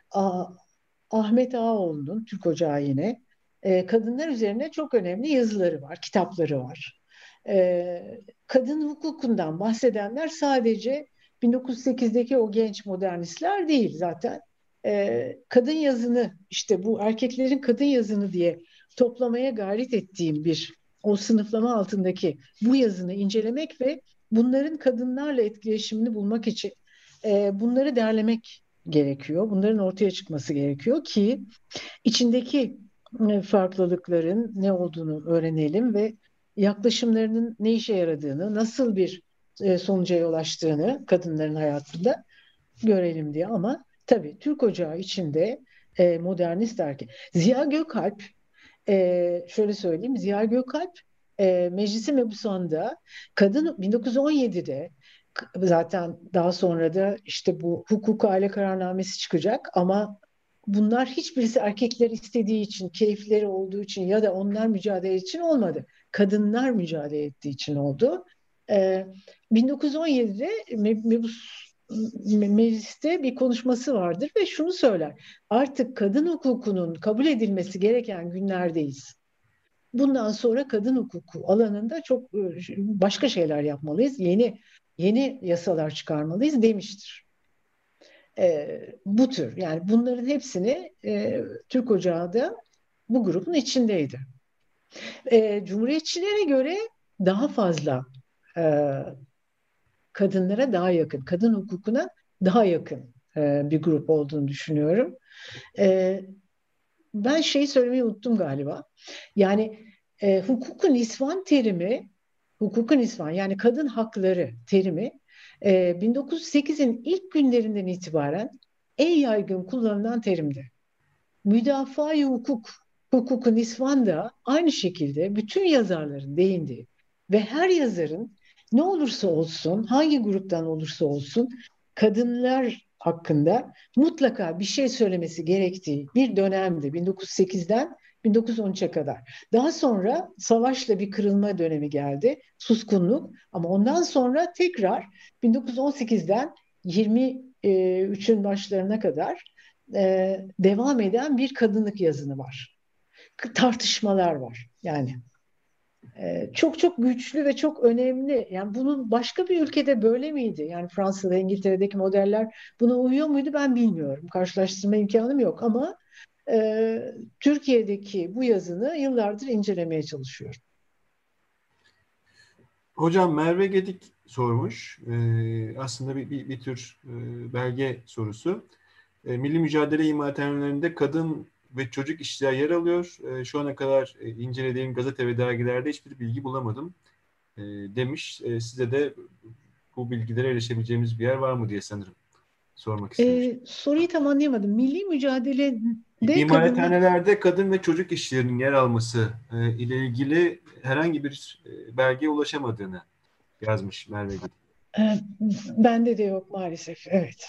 Ahmet Ağaoğlu'nun, Türk Ocağı yine, e, kadınlar üzerine çok önemli yazıları var, kitapları var. E, kadın hukukundan bahsedenler sadece bin dokuz yüz sekizdeki o genç modernistler değil zaten. E, kadın yazını, işte bu erkeklerin kadın yazını diye toplamaya gayret ettiğim bir o sınıflama altındaki bu yazını incelemek ve bunların kadınlarla etkileşimini bulmak için e, bunları derlemek gerekiyor. Bunların ortaya çıkması gerekiyor ki içindeki e, farklılıkların ne olduğunu öğrenelim ve yaklaşımlarının ne işe yaradığını, nasıl bir e, sonuca yol açtığını kadınların hayatında görelim diye. Ama tabii Türk Ocağı içinde e, modernist erkek. Ziya Gökalp, e, şöyle söyleyeyim, Ziya Gökalp e, Meclisi Mebusan'da kadın bin dokuz yüz on yedide zaten daha sonra da işte bu hukuk aile kararnamesi çıkacak ama bunlar hiçbirisi erkekler istediği için, keyifleri olduğu için ya da onlar mücadele için olmadı. Kadınlar mücadele ettiği için oldu. Ee, bin dokuz yüz on yedide Mebus mecliste bir konuşması vardır ve şunu söyler. Artık kadın hukukunun kabul edilmesi gereken günlerdeyiz. Bundan sonra kadın hukuku alanında çok başka şeyler yapmalıyız. Yeni yeni yasalar çıkarmalıyız demiştir. E, bu tür yani bunların hepsini e, Türk Ocağı da bu grubun içindeydi. E, Cumhuriyetçilere göre daha fazla e, kadınlara daha yakın, kadın hukukuna daha yakın e, bir grup olduğunu düşünüyorum. E, ben şeyi söylemeyi unuttum galiba. Yani e, hukukun nisvan terimi, hukukun nisvan yani kadın hakları terimi e, bin dokuz yüz sekizin ilk günlerinden itibaren en yaygın kullanılan terimdi. Müdafaa-i hukuk, hukuku nisvan da aynı şekilde bütün yazarların değindiği ve her yazarın ne olursa olsun, hangi gruptan olursa olsun kadınlar hakkında mutlaka bir şey söylemesi gerektiği bir dönemdi bin dokuz yüz sekizden bin dokuz yüz on üçe kadar. Daha sonra savaşla bir kırılma dönemi geldi, suskunluk ama ondan sonra tekrar bin dokuz yüz on sekizden yirmi üçün başlarına kadar e, devam eden bir kadınlık yazını var. Tartışmalar var. Yani e, çok çok güçlü ve çok önemli. Yani bunun başka bir ülkede böyle miydi? Yani Fransa'da, İngiltere'deki modeller buna uyuyor muydu ben bilmiyorum. Karşılaştırma imkanım yok ama e, Türkiye'deki bu yazını yıllardır incelemeye çalışıyorum. Hocam Merve Gedik sormuş. Ee, aslında bir, bir, bir tür e, belge sorusu. E, Milli Mücadele İmalathanelerinde kadın ve çocuk işçiler yer alıyor. E, şu ana kadar e, incelediğim gazete ve dergilerde hiçbir bilgi bulamadım e, demiş. E, size de bu bilgilere erişebileceğimiz bir yer var mı diye sanırım sormak istemiş. E, soruyu tam anlayamadım. Milli mücadelede kadınlar. İmalathanelerde kadın ve çocuk işçilerinin yer alması e, ile ilgili herhangi bir e, belgeye ulaşamadığını yazmış Merve Gedik. e, Bende de yok maalesef. Evet.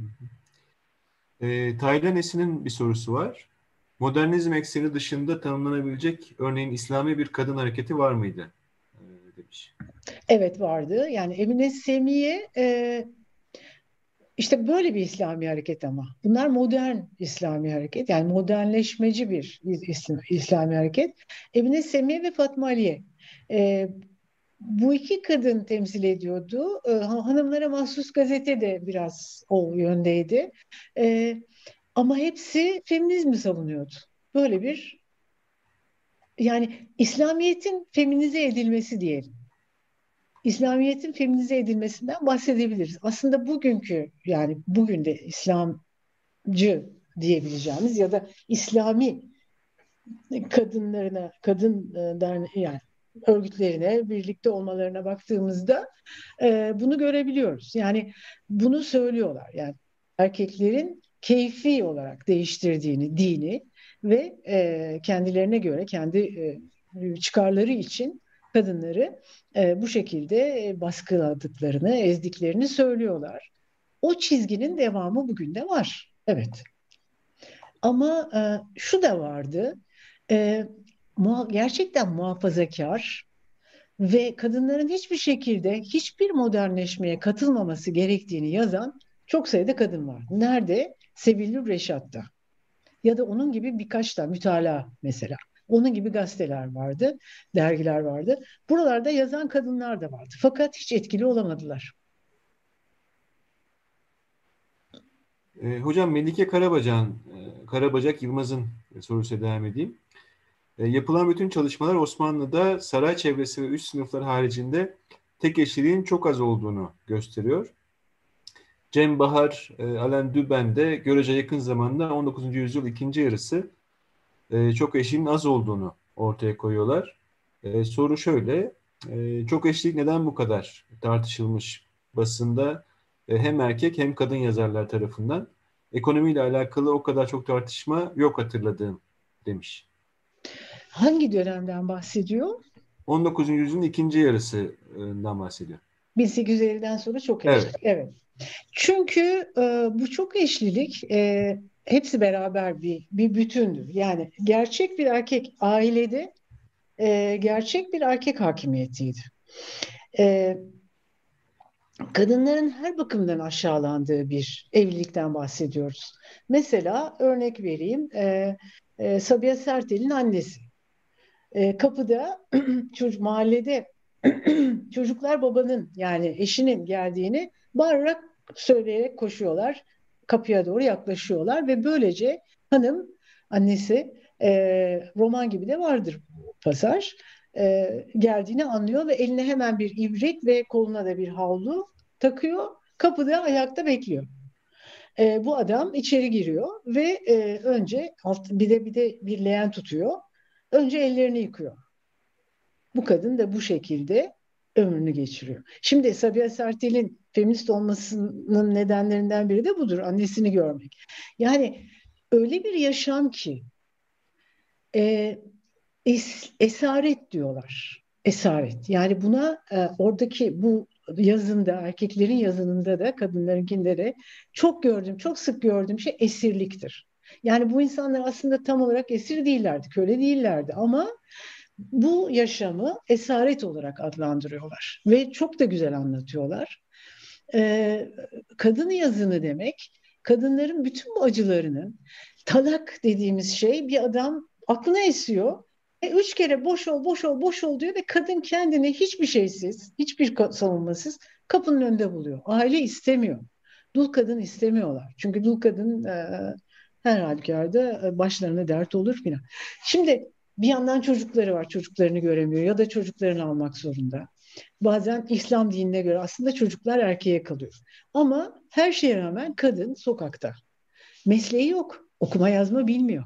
E, Taylan Esin'in bir sorusu var. Modernizm ekseni dışında tanımlanabilecek örneğin İslami bir kadın hareketi var mıydı? E, demiş. Evet vardı. Yani Emine Semiye e, işte böyle bir İslami hareket ama. Bunlar modern İslami hareket. Yani modernleşmeci bir İslam, İslami hareket. Emine Semiye ve Fatma Aliye. E, Bu iki kadın temsil ediyordu. E, hanımlara mahsus gazete de biraz o yöndeydi. E, Ama hepsi feminizmi savunuyordu. Böyle bir yani İslamiyet'in feminize edilmesi diyelim. İslamiyet'in feminize edilmesinden bahsedebiliriz. Aslında bugünkü yani bugün de İslamcı diyebileceğimiz ya da İslami kadınlarına, kadın e, derne yani örgütlerine, birlikte olmalarına baktığımızda e, bunu görebiliyoruz. Yani bunu söylüyorlar. Yani erkeklerin keyfi olarak değiştirdiğini, dini ve e, kendilerine göre, kendi e, çıkarları için kadınları e, bu şekilde e, baskıladıklarını, ezdiklerini söylüyorlar. O çizginin devamı bugün de var. Evet. Ama e, şu da vardı. E, muha- Gerçekten muhafazakar ve kadınların hiçbir şekilde hiçbir modernleşmeye katılmaması gerektiğini yazan çok sayıda kadın var. Nerede? Sevillur Reşat'ta. Ya da onun gibi birkaç da mütalaa mesela. Onun gibi gazeteler vardı, dergiler vardı. Buralarda yazan kadınlar da vardı. Fakat hiç etkili olamadılar. E, hocam Melike Karabacan, e, Karabacak Yılmaz'ın sorusuyla devam edeyim. E, yapılan bütün çalışmalar Osmanlı'da saray çevresi ve üst sınıflar haricinde tek eşliliğin çok az olduğunu gösteriyor. Cem Bahar, e, Alain Düben de görece yakın zamanda on dokuzuncu yüzyıl ikinci yarısı e, çok eşliğin az olduğunu ortaya koyuyorlar. E, soru şöyle, e, çok eşlilik neden bu kadar tartışılmış basında e, hem erkek hem kadın yazarlar tarafından? Ekonomiyle alakalı o kadar çok tartışma yok hatırladığım demiş. Hangi dönemden bahsediyor? on dokuzuncu yüzyılın ikinci yarısından bahsediyor. bin sekiz yüz elliden sonra çok eşlik. Evet. Evet. Çünkü e, bu çok eşlilik e, hepsi beraber bir bir bütündür. Yani gerçek bir erkek ailede e, gerçek bir erkek hakimiyetiydi. E, Kadınların her bakımdan aşağılandığı bir evlilikten bahsediyoruz. Mesela örnek vereyim, e, e, Sabiha Sertel'in annesi. E, kapıda çocuk mahallede çocuklar babanın yani eşinin geldiğini bağırarak söyleyerek koşuyorlar. Kapıya doğru yaklaşıyorlar ve böylece hanım annesi e, roman gibi de vardır bu pasaj. E, geldiğini anlıyor ve eline hemen bir ibrik ve koluna da bir havlu takıyor. Kapıda ayakta bekliyor. E, bu adam içeri giriyor ve e, önce alt, bir de bir de bir leğen tutuyor. Önce ellerini yıkıyor. Bu kadın da bu şekilde ömrünü geçiriyor. Şimdi Sabiha Sertel'in feminist olmasının nedenlerinden biri de budur. Annesini görmek. Yani öyle bir yaşam ki e, es, esaret diyorlar. Esaret. Yani buna e, oradaki bu yazında, erkeklerin yazınında da kadınlarınkinde de çok gördüm, çok sık gördüğüm şey esirliktir. Yani bu insanlar aslında tam olarak esir değillerdi, köle değillerdi ama bu yaşamı esaret olarak adlandırıyorlar ve çok da güzel anlatıyorlar. Ee, Kadın yazını demek, kadınların bütün bu acılarını, talak dediğimiz şey bir adam aklına esiyor. E, üç kere boş ol, boş ol, boş ol diyor ve kadın kendini hiçbir şeysiz, hiçbir ka- savunmasız kapının önünde buluyor. Aile istemiyor. Dul kadın istemiyorlar. Çünkü dul kadın e, her halükarda e, başlarına dert olur filan. Şimdi bir yandan çocukları var, çocuklarını göremiyor ya da çocuklarını almak zorunda. Bazen İslam dinine göre aslında çocuklar erkeğe kalıyor. Ama her şeye rağmen kadın sokakta. Mesleği yok, okuma yazma bilmiyor.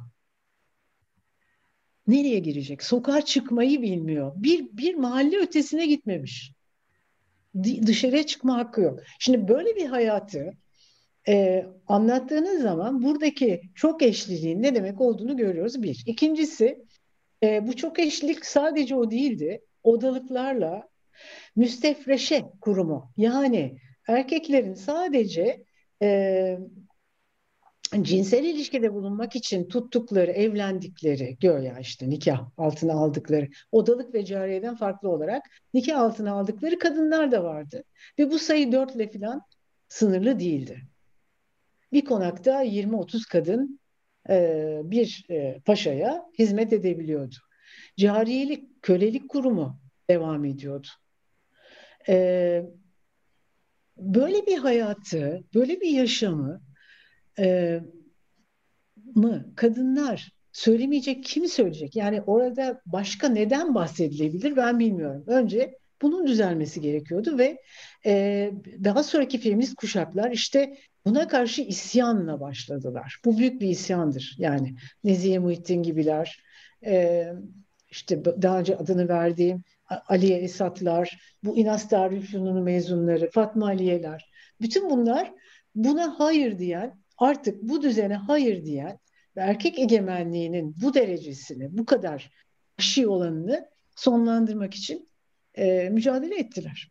Nereye girecek? Sokağa çıkmayı bilmiyor. Bir, bir mahalle ötesine gitmemiş. Di- dışarıya çıkma hakkı yok. Şimdi böyle bir hayatı e, anlattığınız zaman buradaki çok eşliliğin ne demek olduğunu görüyoruz bir. İkincisi e, bu çok eşlilik sadece o değildi. Odalıklarla müstefreşe kurumu. Yani erkeklerin sadece e, cinsel ilişkide bulunmak için tuttukları, evlendikleri, göya işte nikah altına aldıkları, odalık ve cariyeden farklı olarak nikah altına aldıkları kadınlar da vardı. Ve bu sayı dörtle falan sınırlı değildi. Bir konakta yirmi otuz kadın e, bir e, paşaya hizmet edebiliyordu. Cariyelik, kölelik kurumu devam ediyordu. E, Böyle bir hayatı, böyle bir yaşamı e, mı kadınlar söylemeyecek, kim söyleyecek? Yani orada başka neden bahsedilebilir ben bilmiyorum. Önce bunun düzelmesi gerekiyordu ve e, daha sonraki feminist kuşaklar işte buna karşı isyanla başladılar. Bu büyük bir isyandır. Yani Nezihe Muhittin gibiler, e, işte daha önce adını verdiğim Aliye Esatlar, bu İnas Darülfünun'un mezunları, Fatma Aliyeler, bütün bunlar buna hayır diyen, artık bu düzene hayır diyen ve erkek egemenliğinin bu derecesini, bu kadar vahşi olanını sonlandırmak için e, mücadele ettiler.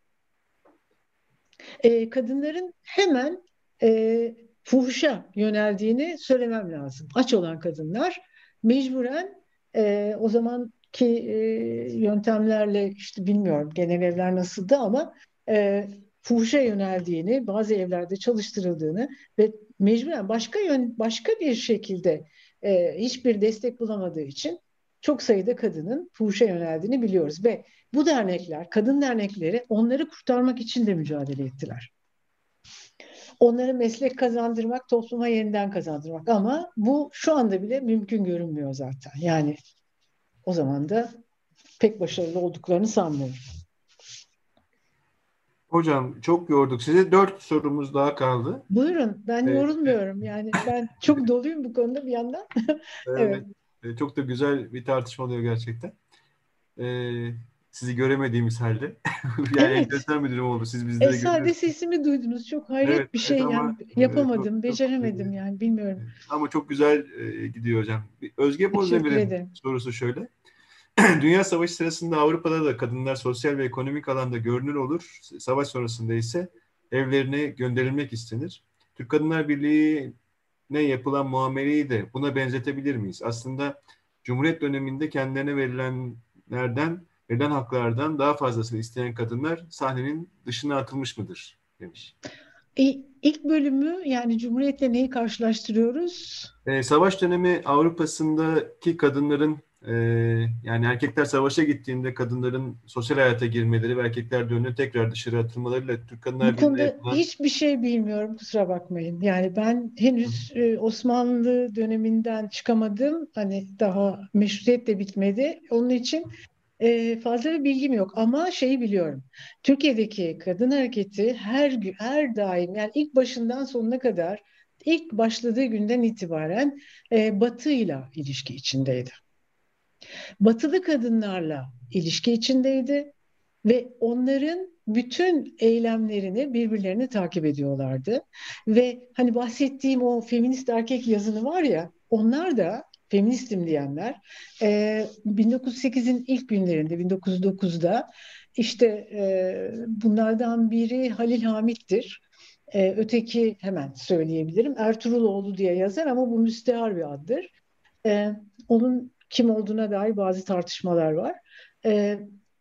E, kadınların hemen e, fuhuşa yöneldiğini söylemem lazım. Aç olan kadınlar mecburen e, o zamanki e, yöntemlerle işte bilmiyorum genel evler nasıldı ama e, fuhuşa yöneldiğini, bazı evlerde çalıştırıldığını ve mecburen başka yön başka bir şekilde e, hiçbir destek bulamadığı için çok sayıda kadının fuhuşa yöneldiğini biliyoruz ve bu dernekler, kadın dernekleri onları kurtarmak için de mücadele ettiler. Onları meslek kazandırmak, topluma yeniden kazandırmak ama bu şu anda bile mümkün görünmüyor zaten. Yani o zaman da pek başarılı olduklarını sanmıyorum. Hocam çok yorduk size. Dört sorumuz daha kaldı. Buyurun, ben Ee, yorulmuyorum. Yani ben çok doluyum bu konuda bir yandan. Evet. evet, e, çok da güzel bir tartışma oluyor gerçekten. Ee, sizi göremediğimiz halde. Yani Evet. enteresan bir durum oldu. Siz E, bizleri sade görüyorsunuz. sesimi duydunuz. Çok Evet, hayret bir evet şey. ama Yani e, çok, yapamadım, çok e, beceremedim yani bilmiyorum. ama çok güzel e, gidiyor hocam. Özge Teşekkür Bozdemir'in ederim. sorusu şöyle. Dünya Savaşı sırasında Avrupa'da da kadınlar sosyal ve ekonomik alanda görünür olur. Savaş sonrasında ise evlerine gönderilmek istenir. Türk Kadınlar Birliği'ne yapılan muameleyi de buna benzetebilir miyiz? Aslında Cumhuriyet döneminde kendilerine verilenlerden, verilen haklardan daha fazlasını isteyen kadınlar sahnenin dışına atılmış mıdır? Demiş. İ- İlk bölümü yani Cumhuriyet'le neyi karşılaştırıyoruz? Ee, savaş dönemi Avrupa'sındaki kadınların e, yani erkekler savaşa gittiğinde kadınların sosyal hayata girmeleri ve erkekler dönüp tekrar dışarı atılmalarıyla Türk Bu Kadınlar Birliği'ne konuda yapılan. hiçbir şey bilmiyorum, kusura bakmayın. Yani ben henüz e, Osmanlı döneminden çıkamadım. Hani daha meşrutiyet de bitmedi. Onun için e, fazla bir bilgim yok. Ama şeyi biliyorum. Türkiye'deki kadın hareketi her gü- her daim yani ilk başından sonuna kadar ilk başladığı günden itibaren e, Batı'yla ilişki içindeydi. Batılı kadınlarla ilişki içindeydi ve onların bütün eylemlerini birbirlerini takip ediyorlardı. Ve hani bahsettiğim o feminist erkek yazını var ya, onlar da feministim diyenler e, bin dokuz yüz sekizin ilk günlerinde bin dokuz yüz dokuzda işte e, bunlardan biri Halil Hamit'tir. E, öteki hemen söyleyebilirim Ertuğruloğlu diye yazar ama bu müstehar bir addır. E, Onun kim olduğuna dair bazı tartışmalar var. E,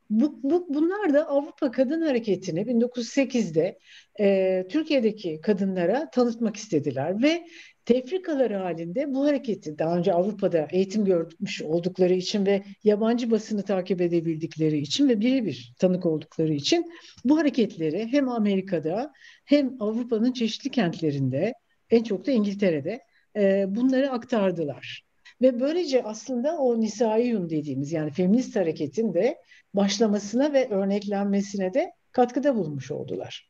Bu, bu, bunlar da Avrupa Kadın Hareketi'ni bin dokuz yüz sekizde e, Türkiye'deki kadınlara tanıtmak istediler ve tefrikaları halinde bu hareketi daha önce Avrupa'da eğitim görmüş oldukları için ve yabancı basını takip edebildikleri için ve birebir tanık oldukları için bu hareketleri hem Amerika'da hem Avrupa'nın çeşitli kentlerinde, en çok da İngiltere'de e, bunları aktardılar. Ve böylece aslında o Nisaiyun dediğimiz, yani feminist hareketin de başlamasına ve örneklenmesine de katkıda bulmuş oldular.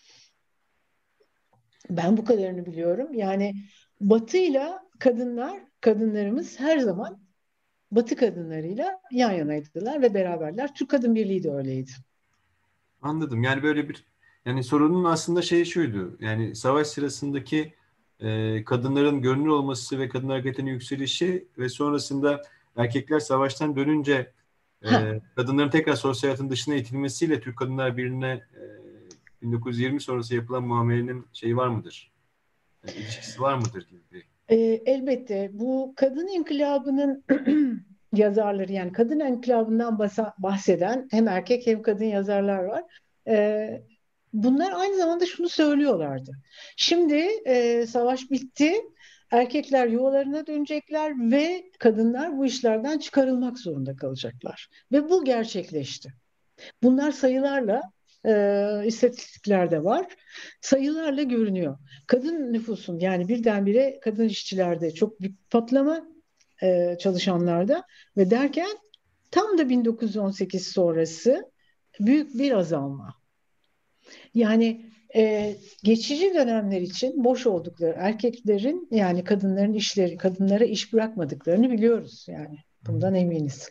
Ben bu kadarını biliyorum. Yani Batı'yla kadınlar, kadınlarımız her zaman Batı kadınlarıyla yan yanaydılar ve beraberler. Türk Kadın Birliği de öyleydi. Anladım. Yani böyle bir, yani sorunun aslında şeyi şuydu. Yani savaş sırasındaki e, kadınların görünür olması ve kadın hareketinin yükselişi ve sonrasında erkekler savaştan dönünce Ha, e, kadınların tekrar sosyal hayatın dışına itilmesiyle Türk Kadınlar Birliği'ne e, bin dokuz yüz yirmi sonrası yapılan muamelenin şeyi var mıdır? E, ilişkisi var mıdır gibi bir. e, elbette bu kadın inkılabının yazarları, yani kadın inkılabından basa- bahseden hem erkek hem kadın yazarlar var. E, bunlar aynı zamanda şunu söylüyorlardı. Şimdi e, savaş bitti, erkekler yuvalarına dönecekler ve kadınlar bu işlerden çıkarılmak zorunda kalacaklar. Ve bu gerçekleşti. Bunlar sayılarla, e, istatistiklerde var. Sayılarla görünüyor. Kadın nüfusun, yani birdenbire kadın işçilerde çok bir patlama, e, çalışanlarda ve derken tam da bin dokuz yüz on sekiz sonrası büyük bir azalma. Yani e, geçici dönemler için boş oldukları erkeklerin, yani kadınların işleri, kadınlara iş bırakmadıklarını biliyoruz yani. Bundan eminiz.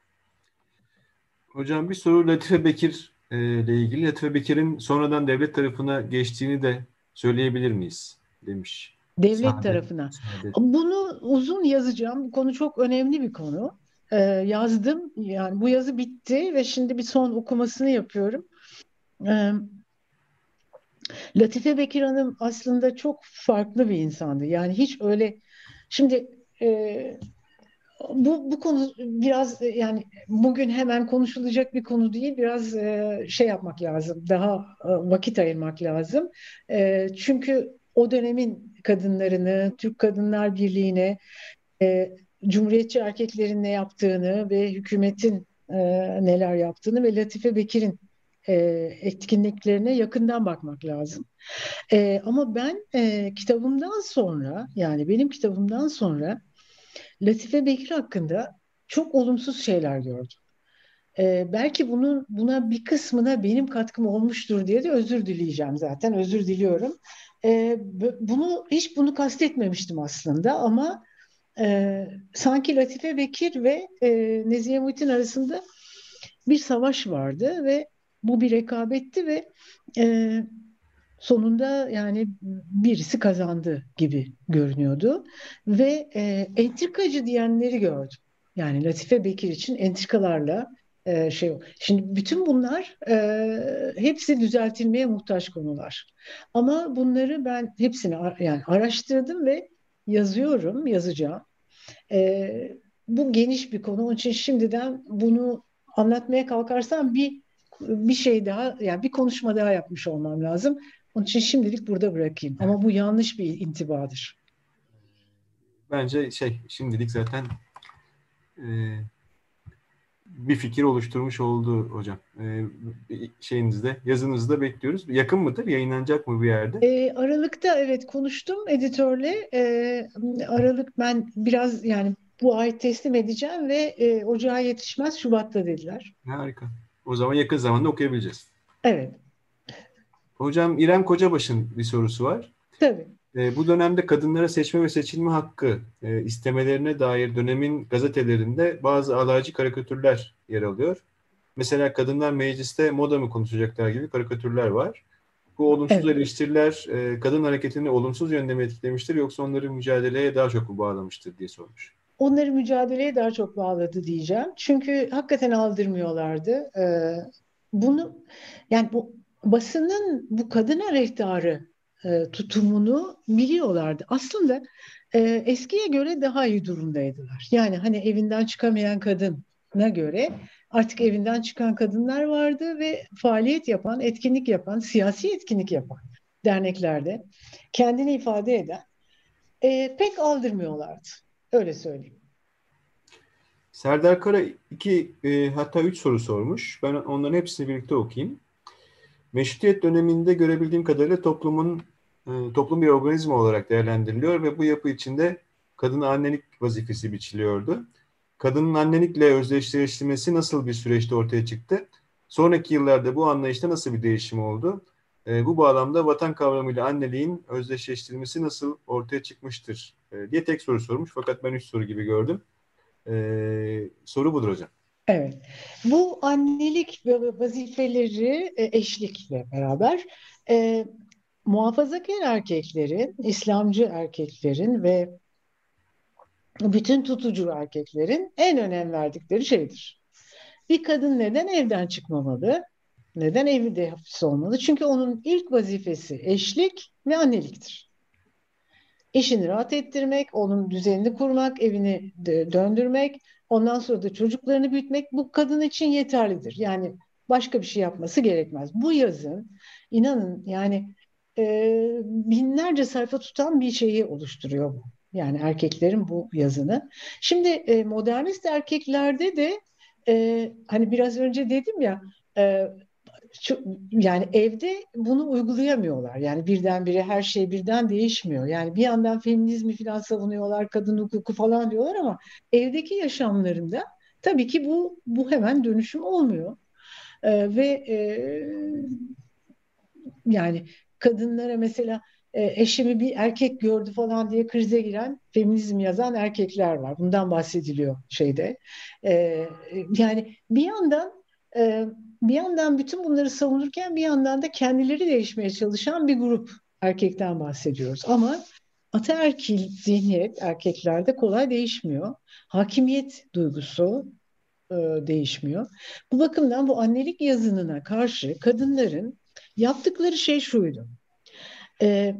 Hocam bir soru Latife Bekir e, ile ilgili. Latife Bekir'in sonradan devlet tarafına geçtiğini de söyleyebilir miyiz? Demiş. Devlet Saadet. tarafına. Saadet. Bunu uzun yazacağım. Bu konu çok önemli bir konu. Ee, yazdım. Yani bu yazı bitti ve şimdi bir son okumasını yapıyorum. Ee, Latife Bekir Hanım aslında çok farklı bir insandı. Yani hiç öyle. Şimdi e, bu bu konu biraz, e, yani bugün hemen konuşulacak bir konu değil. Biraz e, şey yapmak lazım. Daha e, vakit ayırmak lazım. E, çünkü o dönemin kadınlarını, Türk Kadınlar Birliği'ne, e, Cumhuriyetçi erkeklerin ne yaptığını ve hükümetin e, neler yaptığını ve Latife Bekir'in e, etkinliklerine yakından bakmak lazım. E, ama ben e, kitabımdan sonra, yani benim kitabımdan sonra Latife Bekir hakkında çok olumsuz şeyler gördüm. E, belki bunun buna bir kısmına benim katkım olmuştur diye de özür dileyeceğim zaten. Özür diliyorum. E, bunu hiç bunu kastetmemiştim aslında ama e, sanki Latife Bekir ve e, Nezihe Muhittin arasında bir savaş vardı ve bu bir rekabetti ve e, sonunda yani birisi kazandı gibi görünüyordu ve e, entrikacı diyenleri gördüm. Yani Latife Bekir için entrikalarla e, şey. Şimdi bütün bunlar e, hepsi düzeltilmeye muhtaç konular. Ama bunları ben hepsini ar- yani araştırdım ve yazıyorum, yazacağım. E, bu geniş bir konu. Onun için şimdiden bunu anlatmaya kalkarsam bir bir şey daha, yani bir konuşma daha yapmış olmam lazım. Onun için şimdilik burada bırakayım. Ama bu yanlış bir intibadır. Bence şey şimdilik zaten e, bir fikir oluşturmuş oldu hocam. E, şeyinizde, yazınızda bekliyoruz. Yakın mıdır? Yayınlanacak mı bir yerde? E, Aralık'ta evet konuştum editörle. E, Aralık, ben biraz yani bu ay teslim edeceğim ve e, ocağa yetişmez, Şubat'ta dediler. Harika. O zaman yakın zamanda okuyabileceğiz. Evet, Hocam İrem Kocabaş'ın bir sorusu var. tabii. E, bu dönemde kadınlara seçme ve seçilme hakkı e, istemelerine dair dönemin gazetelerinde bazı alaycı karikatürler yer alıyor. Mesela kadınlar mecliste moda mı konuşacaklar gibi karikatürler var. Bu olumsuz Evet. eleştiriler e, kadın hareketini olumsuz yönde mi etkilemiştir yoksa onları mücadeleye daha çok mu bağlamıştır diye sormuş. Onları mücadeleye daha çok bağladı diyeceğim. Çünkü hakikaten aldırmıyorlardı. Ee, bunu, yani bu basının bu kadına rehtarı e, tutumunu biliyorlardı. Aslında e, eskiye göre daha iyi durumdaydılar. Yani hani evinden çıkamayan kadına göre Artık evinden çıkan kadınlar vardı ve faaliyet yapan, etkinlik yapan, siyasi etkinlik yapan derneklerde kendini ifade eden e, pek aldırmıyorlardı. Öyle söyleyeyim. Serdar Kara iki e, hatta üç soru sormuş. Ben onların hepsini birlikte okuyayım. Meşrutiyet döneminde görebildiğim kadarıyla toplumun e, toplum bir organizma olarak değerlendiriliyor ve bu yapı içinde kadına annelik vazifesi biçiliyordu. Kadının annelikle özdeşleştirilmesi nasıl bir süreçte ortaya çıktı? Sonraki yıllarda bu anlayışta nasıl bir değişim oldu? E, bu bağlamda vatan kavramıyla anneliğin özdeşleştirilmesi nasıl ortaya çıkmıştır? E, diye tek soru sormuş. Fakat ben üç soru gibi gördüm. E, soru budur hocam. Evet. Bu annelik ve vazifeleri e, eşlikle beraber e, muhafazakar erkeklerin, İslamcı erkeklerin ve bütün tutucu erkeklerin en önem verdikleri şeydir. Bir kadın neden evden çıkmamalı? Neden evde hapis olmalı? Çünkü onun ilk vazifesi eşlik ve anneliktir. Eşini rahat ettirmek, onun düzenini kurmak, evini döndürmek, ondan sonra da çocuklarını büyütmek bu kadın için yeterlidir. Yani başka bir şey yapması gerekmez. Bu yazın inanın yani e, binlerce sayfa tutan bir şeyi oluşturuyor bu. Yani erkeklerin bu yazını. Şimdi e, modernist erkeklerde de e, hani biraz önce dedim ya e, çok, yani evde bunu uygulayamıyorlar. Yani birdenbire her şey birden değişmiyor. Yani bir yandan feminizmi falan savunuyorlar, kadın hukuku falan diyorlar ama evdeki yaşamlarında tabii ki bu bu hemen dönüşüm olmuyor. Ee, ve e, yani kadınlara mesela e, eşimi bir erkek gördü falan diye krize giren feminizm yazan erkekler var. Bundan bahsediliyor şeyde. E, yani bir yandan e, bir yandan bütün bunları savunurken bir yandan da kendileri değişmeye çalışan bir grup erkekten bahsediyoruz. Ama ataerkil zihniyet erkeklerde kolay değişmiyor. Hakimiyet duygusu e, değişmiyor. Bu bakımdan bu annelik yazınına karşı kadınların yaptıkları şey şuydu. E,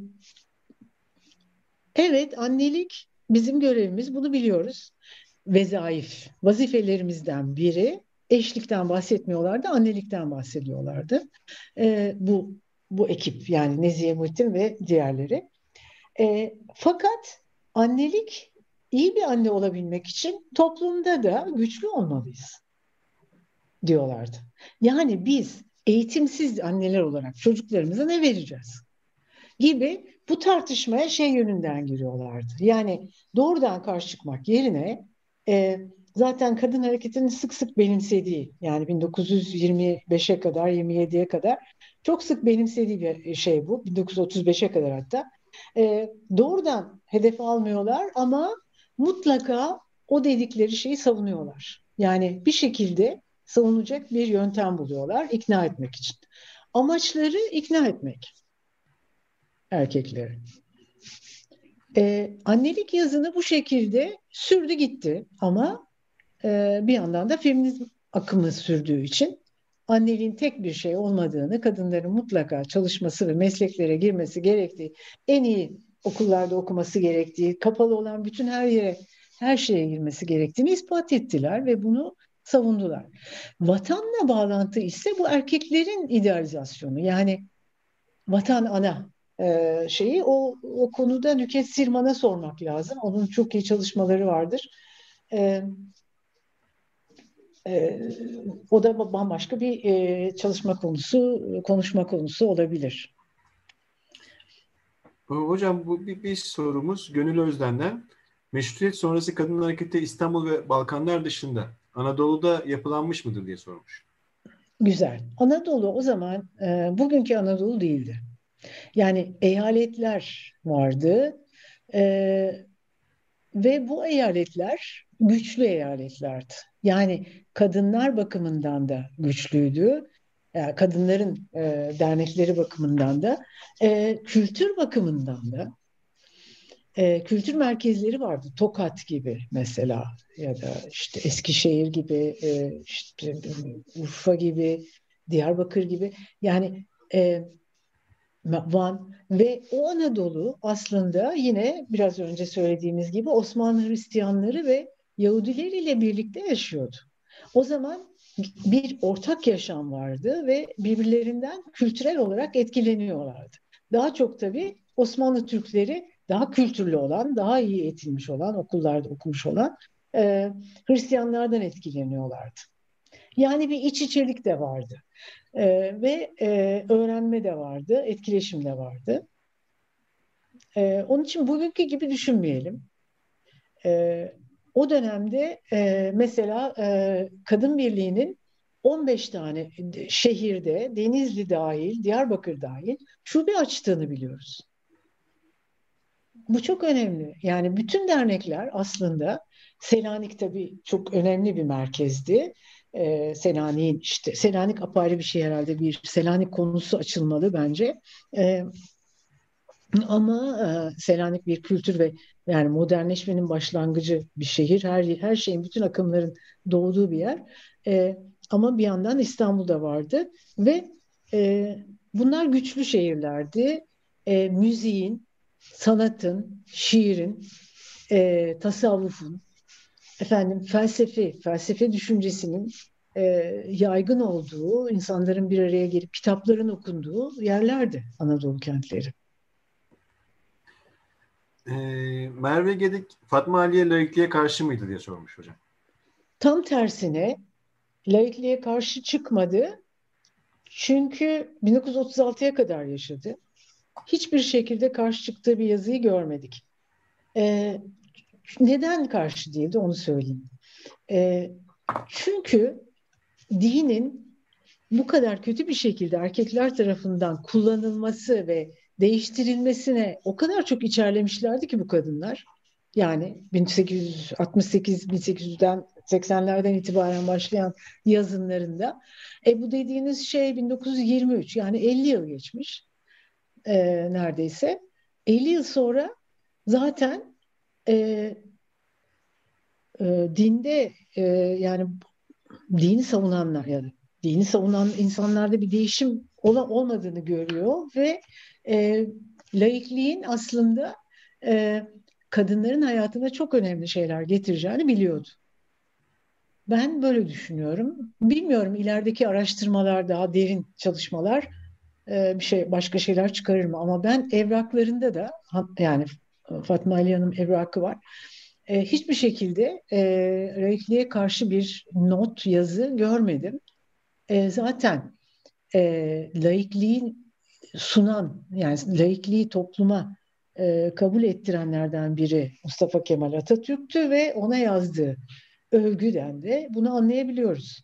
evet annelik bizim görevimiz, bunu biliyoruz. Vezaif, vazifelerimizden biri. Eşlikten bahsetmiyorlardı, annelikten bahsediyorlardı. E, bu bu ekip yani Nezihe Muhittin ve diğerleri. E, fakat annelik iyi bir anne olabilmek için toplumda da güçlü olmalıyız diyorlardı. Yani biz eğitimsiz anneler olarak çocuklarımıza ne vereceğiz gibi bu tartışmaya şey yönünden giriyorlardı. Yani doğrudan karşı çıkmak yerine e, zaten kadın hareketinin sık sık benimsediği yani bin dokuz yüz yirmi beşe kadar yirmi yediye kadar çok sık benimsediği bir şey bu. bin dokuz yüz otuz beşe kadar hatta. E, doğrudan hedef almıyorlar ama mutlaka o dedikleri şeyi savunuyorlar. Yani bir şekilde savunacak bir yöntem buluyorlar ikna etmek için. Amaçları ikna etmek erkekleri. Ee, annelik yazını bu şekilde sürdü gitti ama e, bir yandan da feminizm akımı sürdüğü için anneliğin tek bir şey olmadığını, kadınların mutlaka çalışması ve mesleklere girmesi gerektiği, en iyi okullarda okuması gerektiği, kapalı olan bütün her yere, her şeye girmesi gerektiğini ispat ettiler ve bunu savundular. Vatanla bağlantı ise bu erkeklerin idealizasyonu. Yani vatan ana e, şeyi o, o konuda Nüket Sirman'a sormak lazım. Onun çok iyi çalışmaları vardır. E, e, o da bambaşka bir e, çalışma konusu, konuşma konusu olabilir. Hocam bu bir, bir sorumuz Gönül Özden'den. Meşrutiyet sonrası kadın hareketi İstanbul ve Balkanlar dışında Anadolu'da yapılanmış mıdır diye sormuş. Güzel. Anadolu o zaman e, bugünkü Anadolu değildi. Yani eyaletler vardı. E, Ve bu eyaletler güçlü eyaletlerdi. Yani kadınlar bakımından da güçlüydü. Yani kadınların e, dernekleri bakımından da, e, kültür bakımından da e, kültür merkezleri vardı. Tokat gibi mesela ya da işte Eskişehir gibi, e, işte Urfa gibi, Diyarbakır gibi. Yani e, Van ve o Anadolu aslında yine biraz önce söylediğimiz gibi Osmanlı Hristiyanları ve Yahudiler ile birlikte yaşıyordu. O zaman bir ortak yaşam vardı ve birbirlerinden kültürel olarak etkileniyorlardı. Daha çok tabii Osmanlı Türkleri daha kültürlü olan, daha iyi eğitilmiş olan, okullarda okumuş olan e, Hristiyanlardan etkileniyorlardı. Yani bir iç içelik de vardı. E, ve e, öğrenme de vardı, etkileşim de vardı. E, onun için bugünkü gibi düşünmeyelim. E, O dönemde e, mesela e, Kadın Birliği'nin on beş tane şehirde, Denizli dahil, Diyarbakır dahil şube açtığını biliyoruz. Bu çok önemli. Yani bütün dernekler aslında, Selanik tabii çok önemli bir merkezdi. Ee, Selanik'in işte Selanik apayrı bir şey herhalde, bir Selanik konusu açılmalı bence. Ee, ama e, Selanik bir kültür ve yani modernleşmenin başlangıcı bir şehir. Her her şeyin, bütün akımların doğduğu bir yer. Ee, ama bir yandan İstanbul'da vardı ve e, bunlar güçlü şehirlerdi. E, müziğin, sanatın, şiirin, e, tasavvufun, efendim felsefe, felsefe düşüncesinin e, yaygın olduğu, insanların bir araya gelip kitapların okunduğu yerlerdi Anadolu kentleri. E, Merve Gedik, Fatma Aliye laikliğe karşı mıydı diye sormuş hocam. Tam tersine laikliğe karşı çıkmadı. Çünkü bin dokuz yüz otuz altıya kadar yaşadı. Hiçbir şekilde karşı çıktığı bir yazıyı görmedik. E, neden karşı değildi onu söyleyeyim. E, çünkü dinin bu kadar kötü bir şekilde erkekler tarafından kullanılması ve değiştirilmesine o kadar çok içerlemişlerdi ki bu kadınlar. Yani bin sekiz yüz altmış sekiz bin sekiz yüzden seksenlerden itibaren başlayan yazınlarında. E bu dediğiniz şey bin dokuz yüz yirmi üç, yani elli yıl geçmiş e, neredeyse. elli yıl sonra zaten e, e, dinde e, yani dini savunanlar ya da dini savunan insanlarda bir değişim ol, olmadığını görüyor ve e, laikliğin aslında e, kadınların hayatına çok önemli şeyler getireceğini biliyordu. Ben böyle düşünüyorum. Bilmiyorum, ilerideki araştırmalar, daha derin çalışmalar e, bir şey, başka şeyler çıkarır mı? Ama ben evraklarında da, yani Fatma Ali Hanım evrakı var. E, hiçbir şekilde e, laikliğe karşı bir not, yazı görmedim. E, zaten e, laikliği sunan, yani laikliği topluma e, kabul ettirenlerden biri Mustafa Kemal Atatürk'tü ve ona yazdığı övgüden de bunu anlayabiliyoruz.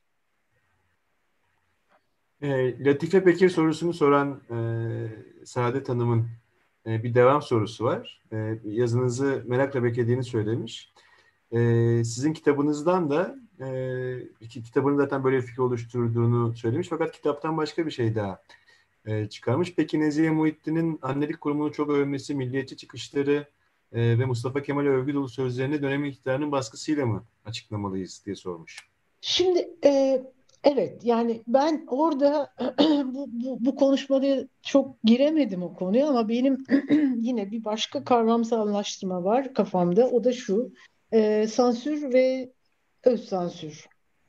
E, Latife Bekir sorusunu soran e, Saadet Hanım'ın e, bir devam sorusu var. E, yazınızı merakla beklediğini söylemiş. E, sizin kitabınızdan da e, kitabının zaten böyle bir fikir oluşturduğunu söylemiş. Fakat kitaptan başka bir şey daha e, çıkarmış. Peki Nezihe Muhittin'in annelik kurumunu çok övmesi, milliyetçi çıkışları e, ve Mustafa Kemal'e övgü dolu sözlerini dönemin iktidarının baskısıyla mı açıklamalıyız diye sormuş. Şimdi e, evet, yani ben orada bu, bu, bu konuşmada çok giremedim o konuya, ama benim yine bir başka kavramsallaştırma var kafamda. O da şu: e, sansür ve öz sansür.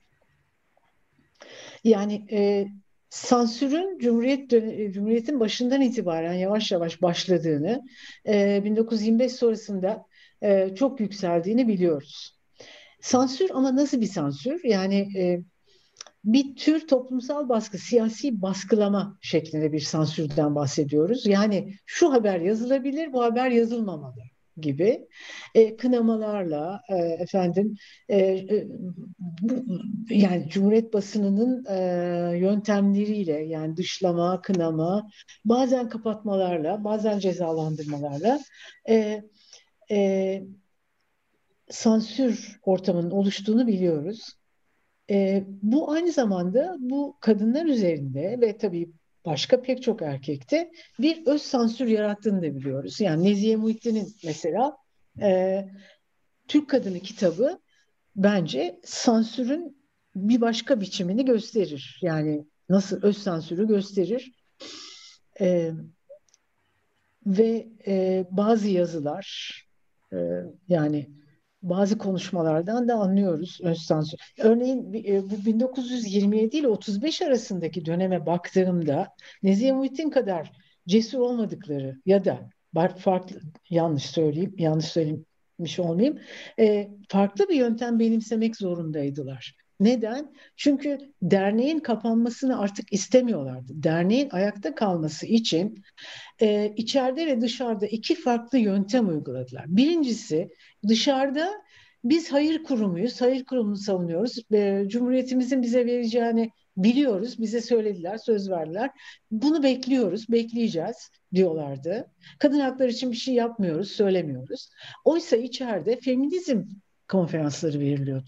Yani e, sansürün Cumhuriyet dön- Cumhuriyet'in başından itibaren yavaş yavaş başladığını, e, bin dokuz yüz yirmi beş sonrasında e, çok yükseldiğini biliyoruz. Sansür, ama nasıl bir sansür? Yani e, bir tür toplumsal baskı, siyasi baskılama şeklinde bir sansürden bahsediyoruz. Yani şu haber yazılabilir, bu haber yazılmamalı gibi e, kınamalarla e, efendim e, e, bu, yani Cumhuriyet basınının e, yöntemleriyle, yani dışlama, kınama, bazen kapatmalarla, bazen cezalandırmalarla e, e, sansür ortamının oluştuğunu biliyoruz. E, bu aynı zamanda bu kadınlar üzerinde ve tabii başka pek çok erkekte bir öz sansür yarattığını da biliyoruz. Yani Nezihe Muhittin'in mesela e, Türk Kadını kitabı bence sansürün bir başka biçimini gösterir. Yani nasıl öz sansürü gösterir. E, ve e, bazı yazılar, e, yani bazı konuşmalardan da anlıyoruz Öztansu. Örneğin e, bu bin dokuz yüz yirmi yedi ile otuz beş arasındaki döneme baktığımda Nezihe Muhittin kadar cesur olmadıkları ya da farklı, yanlış söyleyeyim, yanlış söylemiş olmayayım, e, farklı bir yöntem benimsemek zorundaydılar. Neden? Çünkü derneğin kapanmasını artık istemiyorlardı. Derneğin ayakta kalması için e, içeride ve dışarıda iki farklı yöntem uyguladılar. Birincisi, dışarıda biz hayır kurumuyuz, hayır kurumunu savunuyoruz. E, Cumhuriyetimizin bize vereceğini biliyoruz, bize söylediler, söz verdiler. Bunu bekliyoruz, bekleyeceğiz diyorlardı. Kadın hakları için bir şey yapmıyoruz, söylemiyoruz. Oysa içeride feminizm konferansları veriliyordu.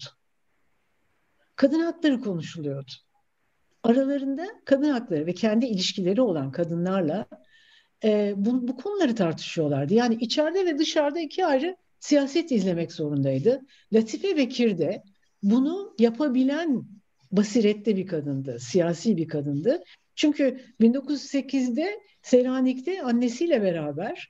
Kadın hakları konuşuluyordu. Aralarında kadın hakları ve kendi ilişkileri olan kadınlarla e, bu, bu konuları tartışıyorlardı. Yani içeride ve dışarıda iki ayrı siyaset izlemek zorundaydı. Latife Bekir de bunu yapabilen basiretli bir kadındı, siyasi bir kadındı. Çünkü bin dokuz yüz sekizde Selanik'te annesiyle beraber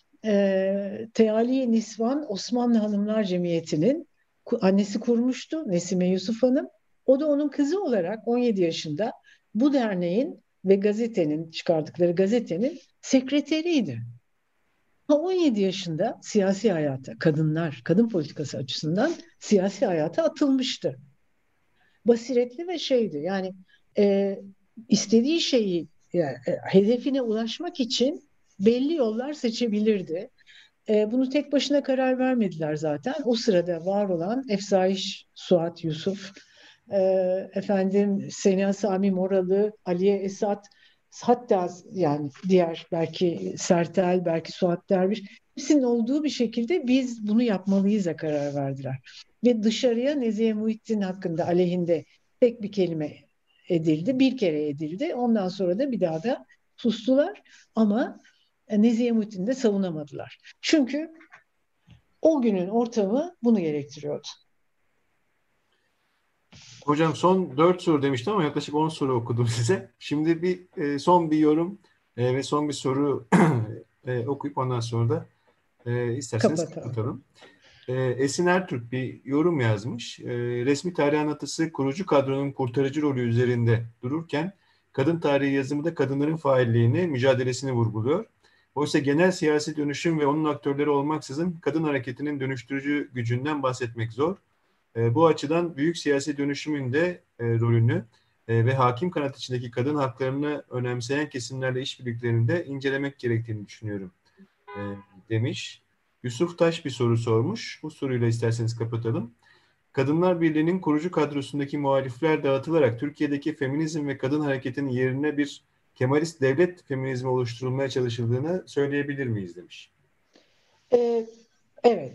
e, Teali Nisvan Osmanlı Hanımlar Cemiyeti'nin annesi kurmuştu, Nesime Yusuf Hanım. O da onun kızı olarak on yedi yaşında bu derneğin ve gazetenin, çıkardıkları gazetenin sekreteriydi. Ha, on yedi yaşında siyasi hayata, kadınlar, kadın politikası açısından siyasi hayata atılmıştı. Basiretli ve şeydi, yani e, istediği şeyi, yani, e, hedefine ulaşmak için belli yollar seçebilirdi. E, bunu tek başına karar vermediler zaten. O sırada var olan Efsaiş Suat Yusuf, e, efendim Sena Sami Moralı, Aliye Esat, hatta yani diğer belki Sertel, belki Suat Derviş, hepsinin olduğu bir şekilde biz bunu yapmalıyız'a karar verdiler. Ve dışarıya Nezihe Muhittin hakkında aleyhinde tek bir kelime edildi, bir kere edildi. Ondan sonra da bir daha da sustular ama Nezihe Muhittin'i de savunamadılar. Çünkü o günün ortamı bunu gerektiriyordu. Hocam son dört soru demiştim ama yaklaşık on soru okudum size. Şimdi bir e, son bir yorum e, ve son bir soru e, okuyup ondan sonra da e, isterseniz Kapatalım. kapatalım. E, Esin Ertürk bir yorum yazmış. E, resmi tarih anlatısı kurucu kadronun kurtarıcı rolü üzerinde dururken kadın tarihi yazımı da kadınların failliğini, mücadelesini vurguluyor. Oysa genel siyasi dönüşüm ve onun aktörleri olmaksızın kadın hareketinin dönüştürücü gücünden bahsetmek zor. E, bu açıdan büyük siyasi dönüşümün de e, rolünü e, ve hakim kanat içindeki kadın haklarını önemseyen kesimlerle işbirliklerini de incelemek gerektiğini düşünüyorum e, demiş. Yusuf Taş bir soru sormuş. Bu soruyla isterseniz kapatalım. Kadınlar Birliği'nin kurucu kadrosundaki muhalifler dağıtılarak Türkiye'deki feminizm ve kadın hareketinin yerine bir Kemalist devlet feminizmi oluşturulmaya çalışıldığını söyleyebilir miyiz demiş. Ee, evet.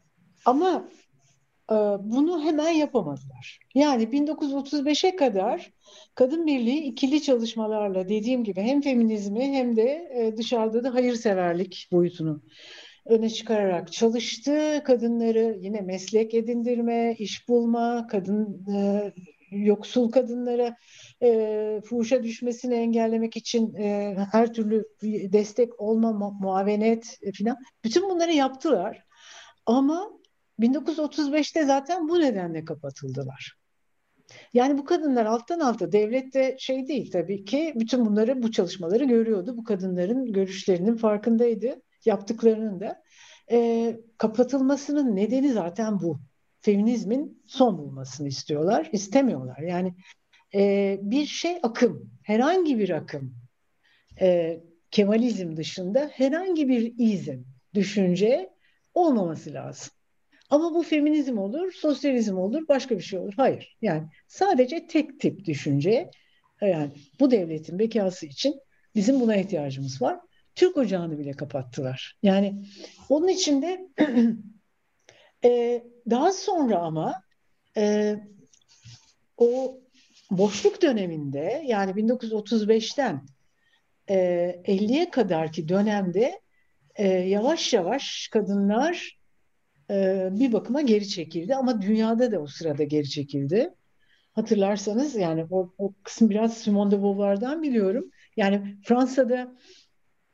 Ama e, bunu hemen yapamadılar. Yani bin dokuz yüz otuz beşe kadar Kadın Birliği ikili çalışmalarla, dediğim gibi, hem feminizmi hem de e, dışarıda da hayırseverlik boyutunu öne çıkararak çalıştı. Kadınları yine meslek edindirme, iş bulma, kadın e, yoksul kadınlara e, fuhuşa düşmesini engellemek için e, her türlü destek olma, mu muavenet e, filan. Bütün bunları yaptılar. Ama bin dokuz yüz otuz beşte zaten bu nedenle kapatıldılar. Yani bu kadınlar alttan alta, devlette şey değil tabii ki, bütün bunları, bu çalışmaları görüyordu. Bu kadınların görüşlerinin farkındaydı, yaptıklarının da. E, kapatılmasının nedeni zaten bu. Feminizmin son bulmasını istiyorlar, istemiyorlar. Yani e, bir şey akım, herhangi bir akım, e, Kemalizm dışında herhangi bir izim, düşünce olmaması lazım. Ama bu feminizm olur, sosyalizm olur, başka bir şey olur. Hayır. Yani sadece tek tip düşünce, yani bu devletin bekası için bizim buna ihtiyacımız var. Türk Ocağı'nı bile kapattılar. Yani onun için de e, daha sonra ama e, o boşluk döneminde, yani bin dokuz yüz otuz beşten e, elliye kadarki dönemde e, yavaş yavaş kadınlar e, bir bakıma geri çekildi ama dünyada da o sırada geri çekildi. Hatırlarsanız, yani o, o kısım biraz Simone de Beauvoir'dan biliyorum. Yani Fransa'da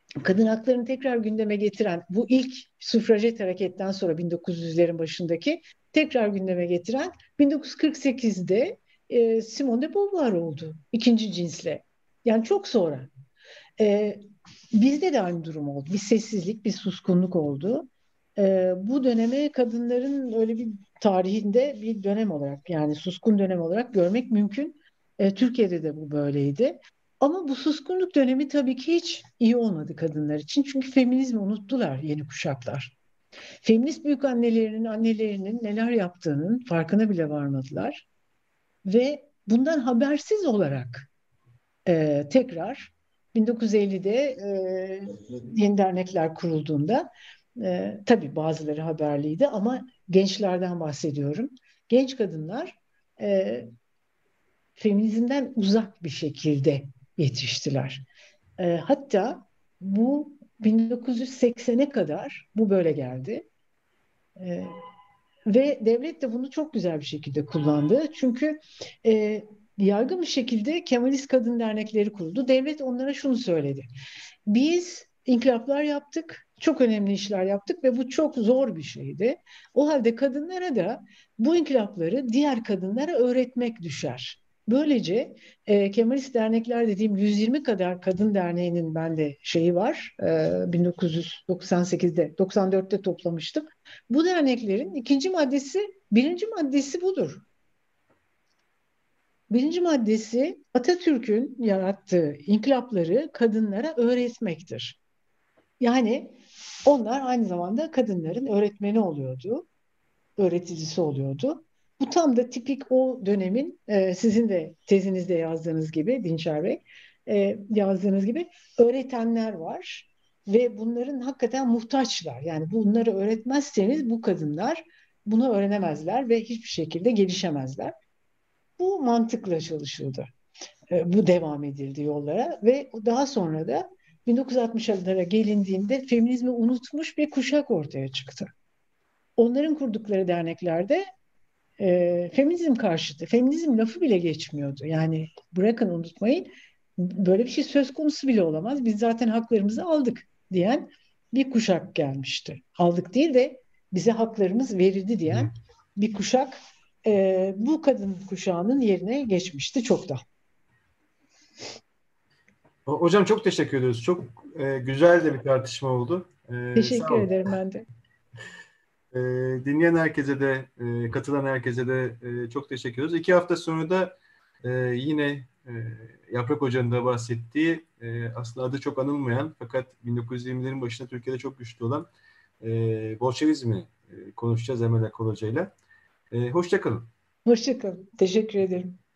kadın haklarını tekrar gündeme getiren, bu ilk süfrajet hareketten sonra bin dokuz yüzlerin başındaki tekrar gündeme getiren bin dokuz yüz kırk sekizde e, Simone de Beauvoir oldu. İkinci cinsle. Yani çok sonra. E, Bizde de aynı durum oldu. Bir sessizlik, bir suskunluk oldu. E, bu döneme kadınların öyle bir tarihinde bir dönem olarak, yani suskun dönem olarak görmek mümkün. E, Türkiye'de de bu böyleydi. Ama bu suskunluk dönemi tabii ki hiç iyi olmadı kadınlar için. Çünkü feminizmi unuttular yeni kuşaklar. Feminist büyük annelerinin, annelerinin neler yaptığının farkına bile varmadılar. Ve bundan habersiz olarak e, tekrar bin dokuz yüz ellide e, yeni dernekler kurulduğunda e, tabii bazıları haberliydi ama gençlerden bahsediyorum. Genç kadınlar e, feminizmden uzak bir şekilde yetiştiler. E, hatta bu bin dokuz yüz seksene kadar bu böyle geldi. E, Ve devlet de bunu çok güzel bir şekilde kullandı. Çünkü e, yaygın bir şekilde Kemalist kadın dernekleri kuruldu. Devlet onlara şunu söyledi. Biz inkılaplar yaptık, çok önemli işler yaptık ve bu çok zor bir şeydi. O halde kadınlara da bu inkılapları diğer kadınlara öğretmek düşer. Böylece e, Kemalist dernekler dediğim yüz yirmi kadar kadın derneğinin bende şeyi var. E, bin dokuz yüz doksan sekizde, doksan dörtte toplamıştım. Bu derneklerin ikinci maddesi, birinci maddesi budur. Birinci maddesi Atatürk'ün yarattığı inkılapları kadınlara öğretmektir. Yani onlar aynı zamanda kadınların öğretmeni oluyordu, öğreticisi oluyordu. Bu tam da tipik o dönemin e, sizin de tezinizde yazdığınız gibi Dinçer Bey, e, yazdığınız gibi öğretenler var ve bunların hakikaten muhtaçlar. Yani bunları öğretmezseniz bu kadınlar bunu öğrenemezler ve hiçbir şekilde gelişemezler. Bu mantıkla çalışıldı. E, bu devam edildi yollara ve daha sonra da bin dokuz yüz altmışlara gelindiğinde feminizmi unutmuş bir kuşak ortaya çıktı. Onların kurdukları derneklerde e, feminizm karşıtı. Feminizm lafı bile geçmiyordu. Yani bırakın unutmayın, böyle bir şey söz konusu bile olamaz. Biz zaten haklarımızı aldık diyen bir kuşak gelmişti. Aldık değil de bize haklarımız verildi diyen bir kuşak e, bu kadın kuşağının yerine geçmişti çok da. Hocam çok teşekkür ediyoruz. Çok e, güzel de bir tartışma oldu. E, sağ Teşekkür olun. ederim ben de. E, dinleyen herkese de, e, katılan herkese de e, çok teşekkür ediyoruz. İki hafta sonra da e, yine e, Yaprak Hoca'nın da bahsettiği, e, aslında adı çok anılmayan fakat bin dokuz yüz yirmilerin başında Türkiye'de çok güçlü olan e, Bolşevizmi e, konuşacağız Emel Akol Hoca'yla. E, hoşça kalın. Hoşça kalın. Teşekkür ederim.